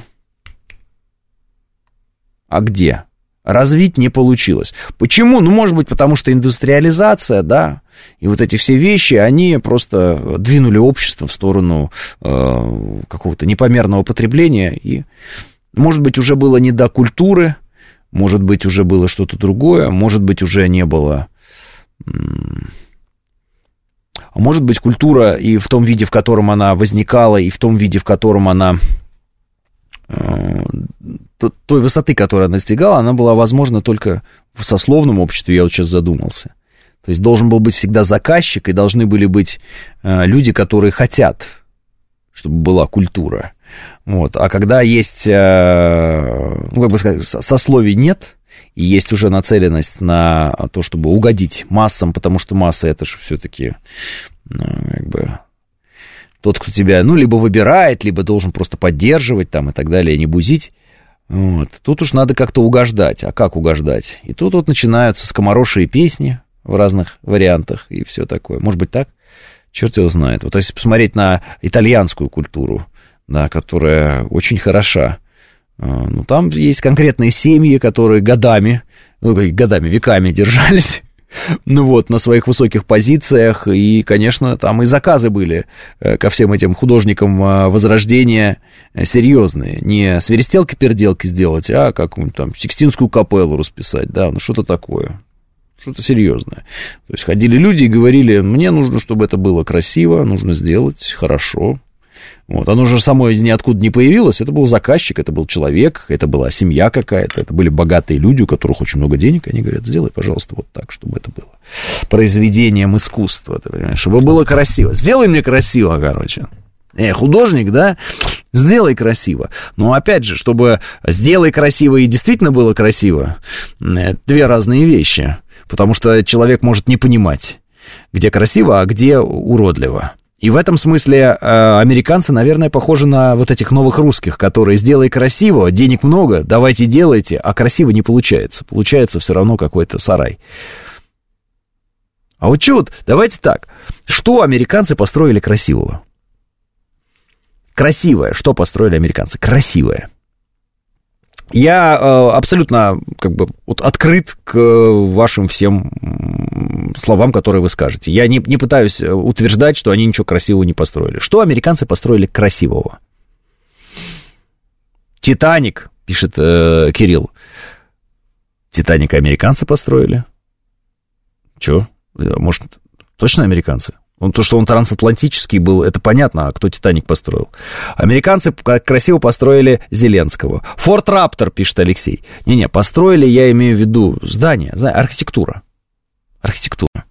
А где? Развить не получилось. Почему? Ну, может быть, потому что индустриализация, да, и вот эти все вещи, они просто двинули общество в сторону э, какого-то непомерного потребления, и, может быть, уже было не до культуры, может быть, уже было что-то другое, может быть, уже не было... А может быть, культура и в том виде, в котором она возникала, и в том виде, в котором она... той высоты, которую она достигала, она была возможна только в сословном обществе, я вот сейчас задумался. То есть должен был быть всегда заказчик, и должны были быть э, люди, которые хотят, чтобы была культура. Вот. А когда есть, э, ну, как бы сказать, сословий нет, и есть уже нацеленность на то, чтобы угодить массам, потому что масса — это же все-таки, ну, как бы... Тот, кто тебя, ну, либо выбирает, либо должен просто поддерживать там и так далее, не бузить. Вот. Тут уж надо как-то угождать. А как угождать? И тут вот начинаются скоморошие песни в разных вариантах и все такое. Может быть, так? Черт его знает. Вот если посмотреть на итальянскую культуру, да, которая очень хороша, ну, там есть конкретные семьи, которые годами, ну, годами, веками держались, ну вот, на своих высоких позициях, и, конечно, там и заказы были ко всем этим художникам Возрождения серьезные. Не свиристелки-переделки сделать, а какую-нибудь там Сикстинскую капеллу расписать, да, ну что-то такое, что-то серьезное. То есть ходили люди и говорили: мне нужно, чтобы это было красиво, нужно сделать хорошо. Вот. Оно же само из ниоткуда не появилось, это был заказчик, это был человек, это была семья какая-то, это были богатые люди, у которых очень много денег, они говорят: сделай, пожалуйста, вот так, чтобы это было произведением искусства, ты понимаешь, чтобы было красиво. Сделай мне красиво, короче. Э, художник, да, сделай красиво. Но опять же, чтобы сделай красиво и действительно было красиво, две разные вещи, потому что человек может не понимать, где красиво, а где уродливо. И в этом смысле э, американцы, наверное, похожи на вот этих новых русских, которые: сделай красиво, денег много, давайте делайте, а красиво не получается. Получается все равно какой-то сарай. А вот что вот, давайте так, что американцы построили красивого? Красивое, что построили американцы? Красивое. Я э, абсолютно как бы вот открыт к вашим всем словам, которые вы скажете. Я не, не пытаюсь утверждать, что они ничего красивого не построили. Что американцы построили красивого? «Титаник», пишет э, Кирилл. «Титаник» американцы построили? Чё? Может, точно американцы? Он, то, что он трансатлантический был, это понятно, а кто «Титаник» построил? Американцы красиво построили Зеленского. «Форт Раптор», пишет Алексей. Не-не, построили, я имею в виду здание, архитектура. Архитектура.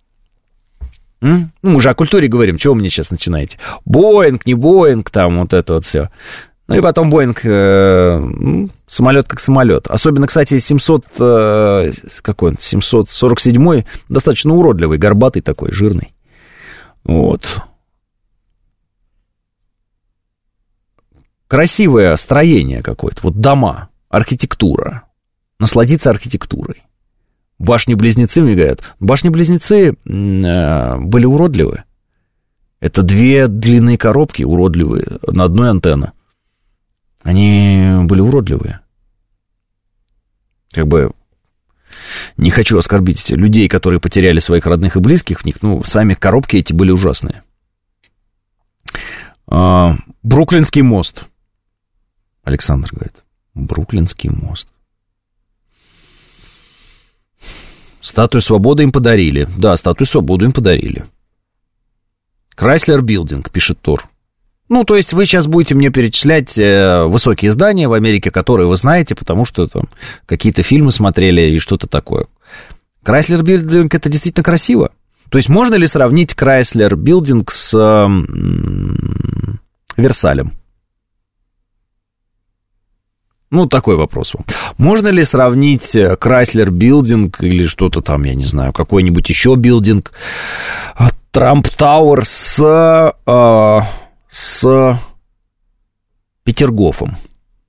М? Ну, мы же о культуре говорим, чего вы мне сейчас начинаете? Боинг, не Боинг, там вот это вот все. Ну и потом Боинг, э, ну, самолет как самолет. Особенно, кстати, семьсот, э, какой он, семьсот сорок седьмой, достаточно уродливый, горбатый такой, жирный. Вот. Красивое строение какое-то, вот дома, архитектура. Насладиться архитектурой. Башни-близнецы, мне говорят, башни-близнецы э, были уродливы. Это две длинные коробки уродливые, на одной антенна. Они были уродливые. Как бы не хочу оскорбить людей, которые потеряли своих родных и близких в них, ну, сами коробки эти были ужасные. А, Бруклинский мост. Александр говорит, Бруклинский мост. Статую свободы им подарили. Да, статую свободы им подарили. Крайслер Билдинг, пишет Тор. Ну, то есть вы сейчас будете мне перечислять э, высокие здания в Америке, которые вы знаете, потому что там какие-то фильмы смотрели и что-то такое. Крайслер Билдинг — это действительно красиво. То есть можно ли сравнить Chrysler Building с э, Версалем? Ну, такой вопрос вам. Можно ли сравнить Chrysler Building или что-то там, я не знаю, какой-нибудь еще билдинг, Trump Tower с, э, с Петергофом?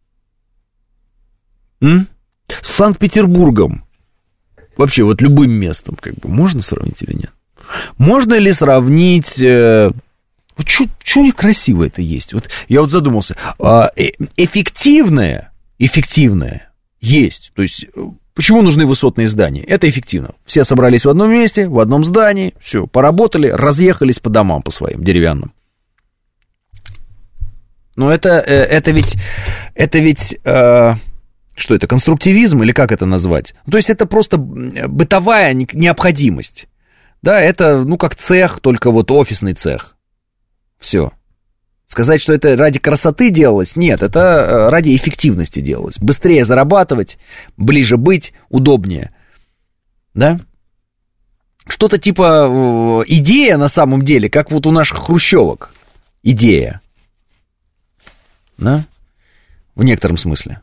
М? С Санкт-Петербургом? Вообще, вот любым местом, как бы, можно сравнить или нет? Можно ли сравнить... Э, вот что у них красиво это есть? Вот я вот задумался. Э, эффективное... Эффективное есть. То есть, почему нужны высотные здания? Это эффективно. Все собрались в одном месте, в одном здании, все, поработали, разъехались по домам по своим деревянным. Но это, это ведь, это ведь, э, что это, конструктивизм или как это назвать? То есть, это просто бытовая необходимость. Да, это, ну, как цех, только вот офисный цех. Все. Сказать, что это ради красоты делалось, нет, это ради эффективности делалось. Быстрее зарабатывать, ближе быть, удобнее. Да? Что-то типа идея на самом деле, как вот у наших хрущевок. Идея. Да? В некотором смысле.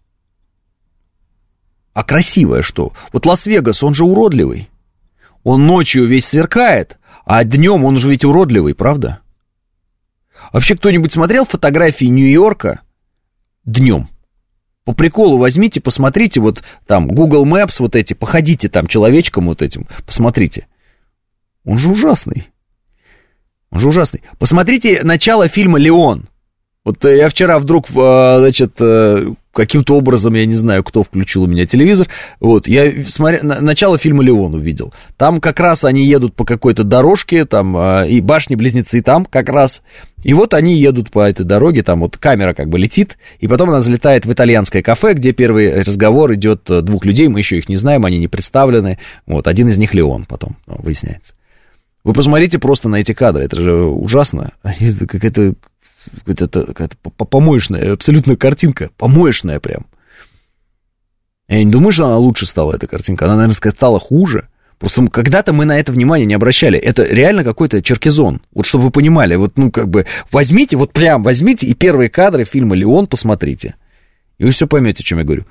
А красивое что? Вот Лас-Вегас, он же уродливый. Он ночью весь сверкает, а днем он же ведь уродливый, правда? Вообще, кто-нибудь смотрел фотографии Нью-Йорка днем? По приколу возьмите, посмотрите, вот там Google Maps вот эти, походите там человечком вот этим, посмотрите. Он же ужасный. Он же ужасный. Посмотрите начало фильма «Леон». Вот я вчера вдруг, значит, каким-то образом, я не знаю, кто включил у меня телевизор, вот, я смотря, начало фильма «Леон» увидел. Там как раз они едут по какой-то дорожке, там, и башни-близнецы там как раз, и вот они едут по этой дороге, там вот камера как бы летит, и потом она залетает в итальянское кафе, где первый разговор идет двух людей, мы еще их не знаем, они не представлены, вот, один из них Леон потом, выясняется. Вы посмотрите просто на эти кадры, это же ужасно, это какая-то... Это какая-то помоечная, абсолютно картинка, помоечная прям. Я не думаю, что она лучше стала, эта картинка. Она, наверное, стала хуже. Просто когда-то мы на это внимание не обращали. Это реально какой-то черкизон. Вот чтобы вы понимали, вот, ну, как бы, возьмите, вот прям возьмите и первые кадры фильма «Леон» посмотрите. И вы все поймете, о чем я говорю.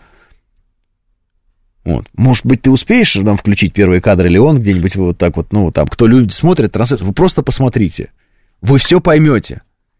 Вот. Может быть, ты успеешь нам включить первые кадры «Леон» где-нибудь вот так вот, ну, там, кто любит, смотрит трансляцию, вы просто посмотрите. Вы все поймете.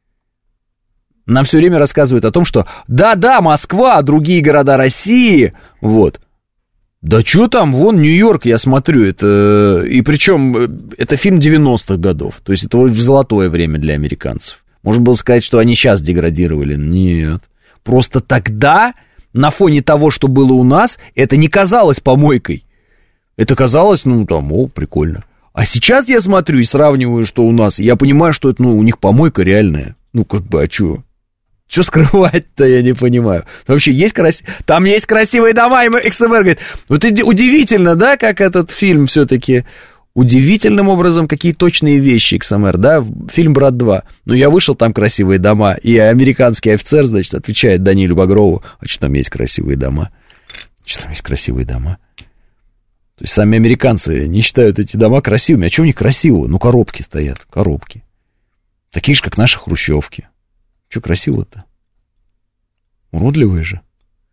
Нам все время рассказывают о том, что да-да, Москва, другие города России, вот. Да что там, вон Нью-Йорк, я смотрю, это... И причем это фильм девяностых годов, то есть это золотое время для американцев. Можно было сказать, что они сейчас деградировали. Нет. Просто тогда, на фоне того, что было у нас, это не казалось помойкой. Это казалось, ну, там, о, прикольно. А сейчас я смотрю и сравниваю, что у нас, и я понимаю, что это, ну, у них помойка реальная. Ну, как бы, а чё? Что скрывать-то, я не понимаю. Вообще, есть красивые... Там есть красивые дома, и икс эм эр говорит... Вот удивительно, да, как этот фильм все-таки... Удивительным образом, какие точные вещи икс эм эр, да? Фильм «Брат два». Ну, я вышел, там красивые дома. И американский офицер, значит, отвечает Данилу Багрову. А что там есть красивые дома? Что там есть красивые дома? То есть, сами американцы не считают эти дома красивыми. А что в них красивого? Ну, коробки стоят, коробки. Такие же, как наши хрущевки. Что красиво-то? Уродливые же.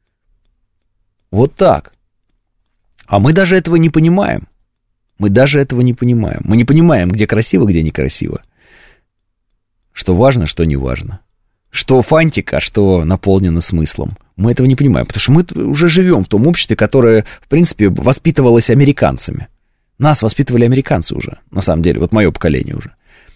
Вот так. А мы даже этого не понимаем. Мы даже этого не понимаем. Мы не понимаем, где красиво, где некрасиво. Что важно, что не важно. Что фантик, а что наполнено смыслом. Мы этого не понимаем, потому что мы уже живем в том обществе, которое, в принципе, воспитывалось американцами. Нас воспитывали американцы уже, на самом деле, вот мое поколение уже.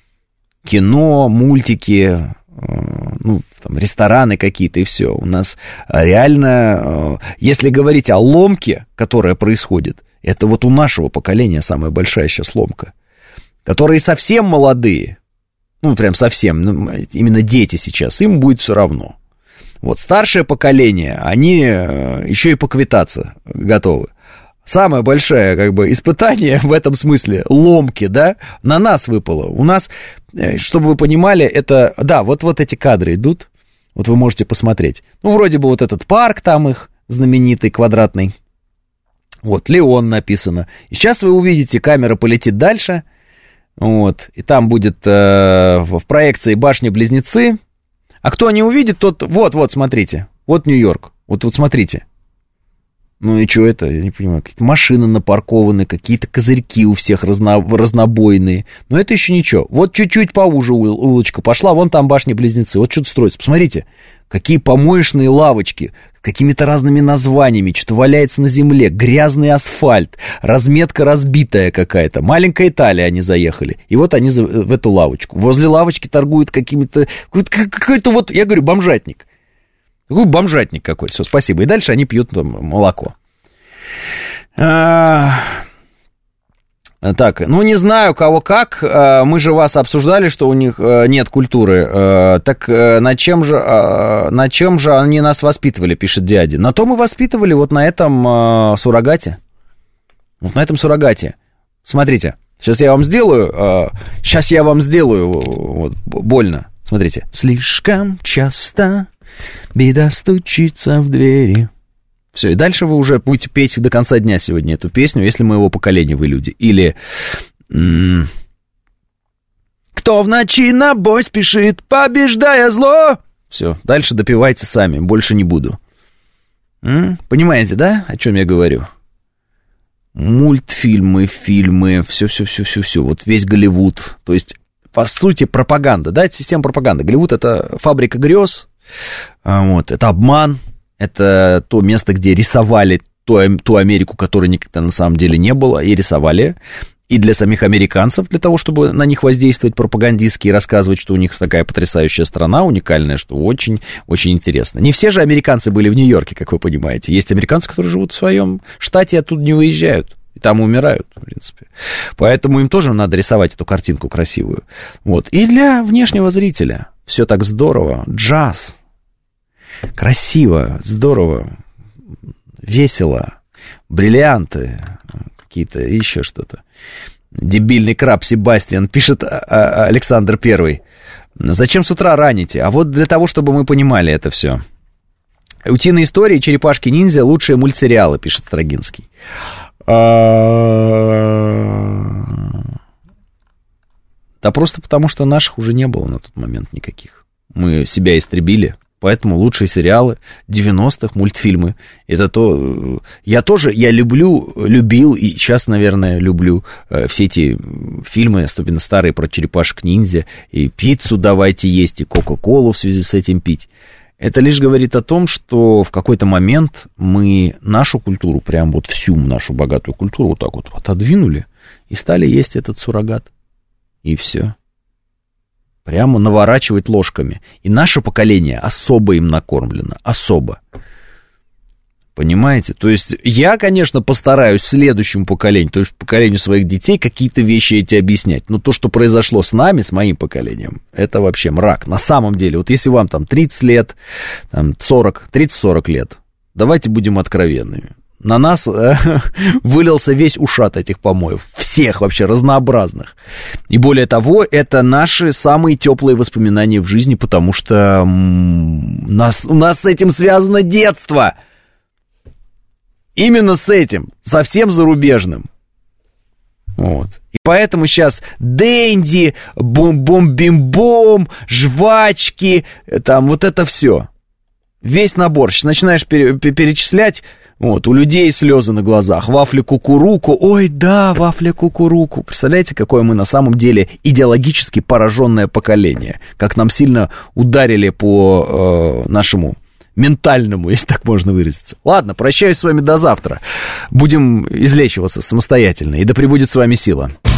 Кино, мультики... ну, там, рестораны какие-то, и все. У нас реально, если говорить о ломке, которая происходит, это вот у нашего поколения самая большая сейчас ломка. Которые совсем молодые, ну, прям совсем, ну, именно дети сейчас, им будет все равно. Вот старшее поколение, они еще и поквитаться готовы. Самое большое, как бы, испытание в этом смысле, ломки, да, на нас выпало. У нас, чтобы вы понимали, это, да, вот, вот эти кадры идут, вот вы можете посмотреть. Ну, вроде бы вот этот парк там их знаменитый, квадратный. Вот, Леон написано. И сейчас вы увидите, камера полетит дальше, Вот, и там будет э, в проекции башни-близнецы. А кто не увидит, тот... Вот, вот, смотрите. Вот Нью-Йорк. Вот, вот, смотрите. Ну и что это? Я не понимаю. Какие-то машины напаркованы, какие-то козырьки у всех разно... разнобойные. Но это еще ничего. Вот чуть-чуть поуже улочка пошла, вон там башни-близнецы. Вот что-то строится. Посмотрите, какие помоечные лавочки с какими-то разными названиями. Что-то валяется на земле. Грязный асфальт. Разметка разбитая какая-то. Маленькая Италия они заехали. И вот они в эту лавочку. Возле лавочки торгуют какими-то... Какой-то вот, я говорю, бомжатник. Какой бомжатник какой-то. Все, спасибо. И дальше они пьют там молоко. А... Так, ну не знаю, кого как. Мы же вас обсуждали, что у них нет культуры. Так на чем же, на чем же они нас воспитывали, пишет дядя. На то мы воспитывали вот на этом суррогате. Вот на этом суррогате. Смотрите, сейчас я вам сделаю, сейчас я вам сделаю вот, больно. Смотрите. Слишком часто беда стучится в двери. Все, и дальше вы уже будете петь до конца дня сегодня эту песню, если моего поколения вы люди. Или... М- Кто в ночи на бой спешит, побеждая зло. Все, дальше допевайте сами, больше не буду. М? Понимаете, да, о чем я говорю? Мультфильмы, фильмы, все-все-все-все-все, вот весь Голливуд. То есть, по сути, пропаганда, да, это система пропаганды. Голливуд — это фабрика грез. Вот, это обман, это то место, где рисовали ту, ту Америку, которой никогда на самом деле не было, и рисовали, и для самих американцев, для того, чтобы на них воздействовать пропагандистски и рассказывать, что у них такая потрясающая страна, уникальная, что очень-очень интересно. Не все же американцы были в Нью-Йорке, как вы понимаете. Есть американцы, которые живут в своем штате и оттуда не уезжают. И там умирают, в принципе. Поэтому им тоже надо рисовать эту картинку красивую. Вот. И для внешнего зрителя все так здорово. Джаз. Красиво, здорово, весело. Бриллианты. Какие-то еще что-то. Дебильный краб Себастьян, пишет Александр Первый. Зачем с утра раните? А вот для того, чтобы мы понимали это все. Утиные истории, черепашки-ниндзя, лучшие мультсериалы, пишет Строгинский. Да просто потому, что наших уже не было на тот момент никаких. Мы себя истребили, поэтому лучшие сериалы девяностых, мультфильмы. Это то... Я тоже, я люблю, любил и сейчас, наверное, люблю все эти фильмы, особенно старые, про черепашек-ниндзя, и пиццу давайте есть, и кока-колу в связи с этим пить. Это лишь говорит о том, что в какой-то момент мы нашу культуру, прям вот всю нашу богатую культуру вот так вот отодвинули и стали есть этот суррогат. И все. Прямо наворачивать ложками. И наше поколение особо им накормлено. Особо. Понимаете? То есть я, конечно, постараюсь следующему поколению, то есть поколению своих детей, какие-то вещи эти объяснять. Но то, что произошло с нами, с моим поколением, это вообще мрак. На самом деле, вот если вам там тридцать лет, там сорок, тридцать-сорок лет, давайте будем откровенными. На нас э, вылился весь ушат этих помоев. Всех вообще, разнообразных. И более того, это наши самые теплые воспоминания в жизни, потому что м- нас, у нас с этим связано детство. Именно с этим, совсем зарубежным. Вот. И поэтому сейчас дэнди, бом-бом-бим-бом, жвачки, там вот это все. Весь набор. Сейчас начинаешь пере- перечислять, вот, у людей слезы на глазах. Вафля кукуруку. Ой, да, вафля кукуруку. Представляете, какое мы на самом деле идеологически пораженное поколение. Как нам сильно ударили по э, нашему... ментальному, если так можно выразиться. Ладно, прощаюсь с вами до завтра. Будем излечиваться самостоятельно. И да пребудет с вами сила.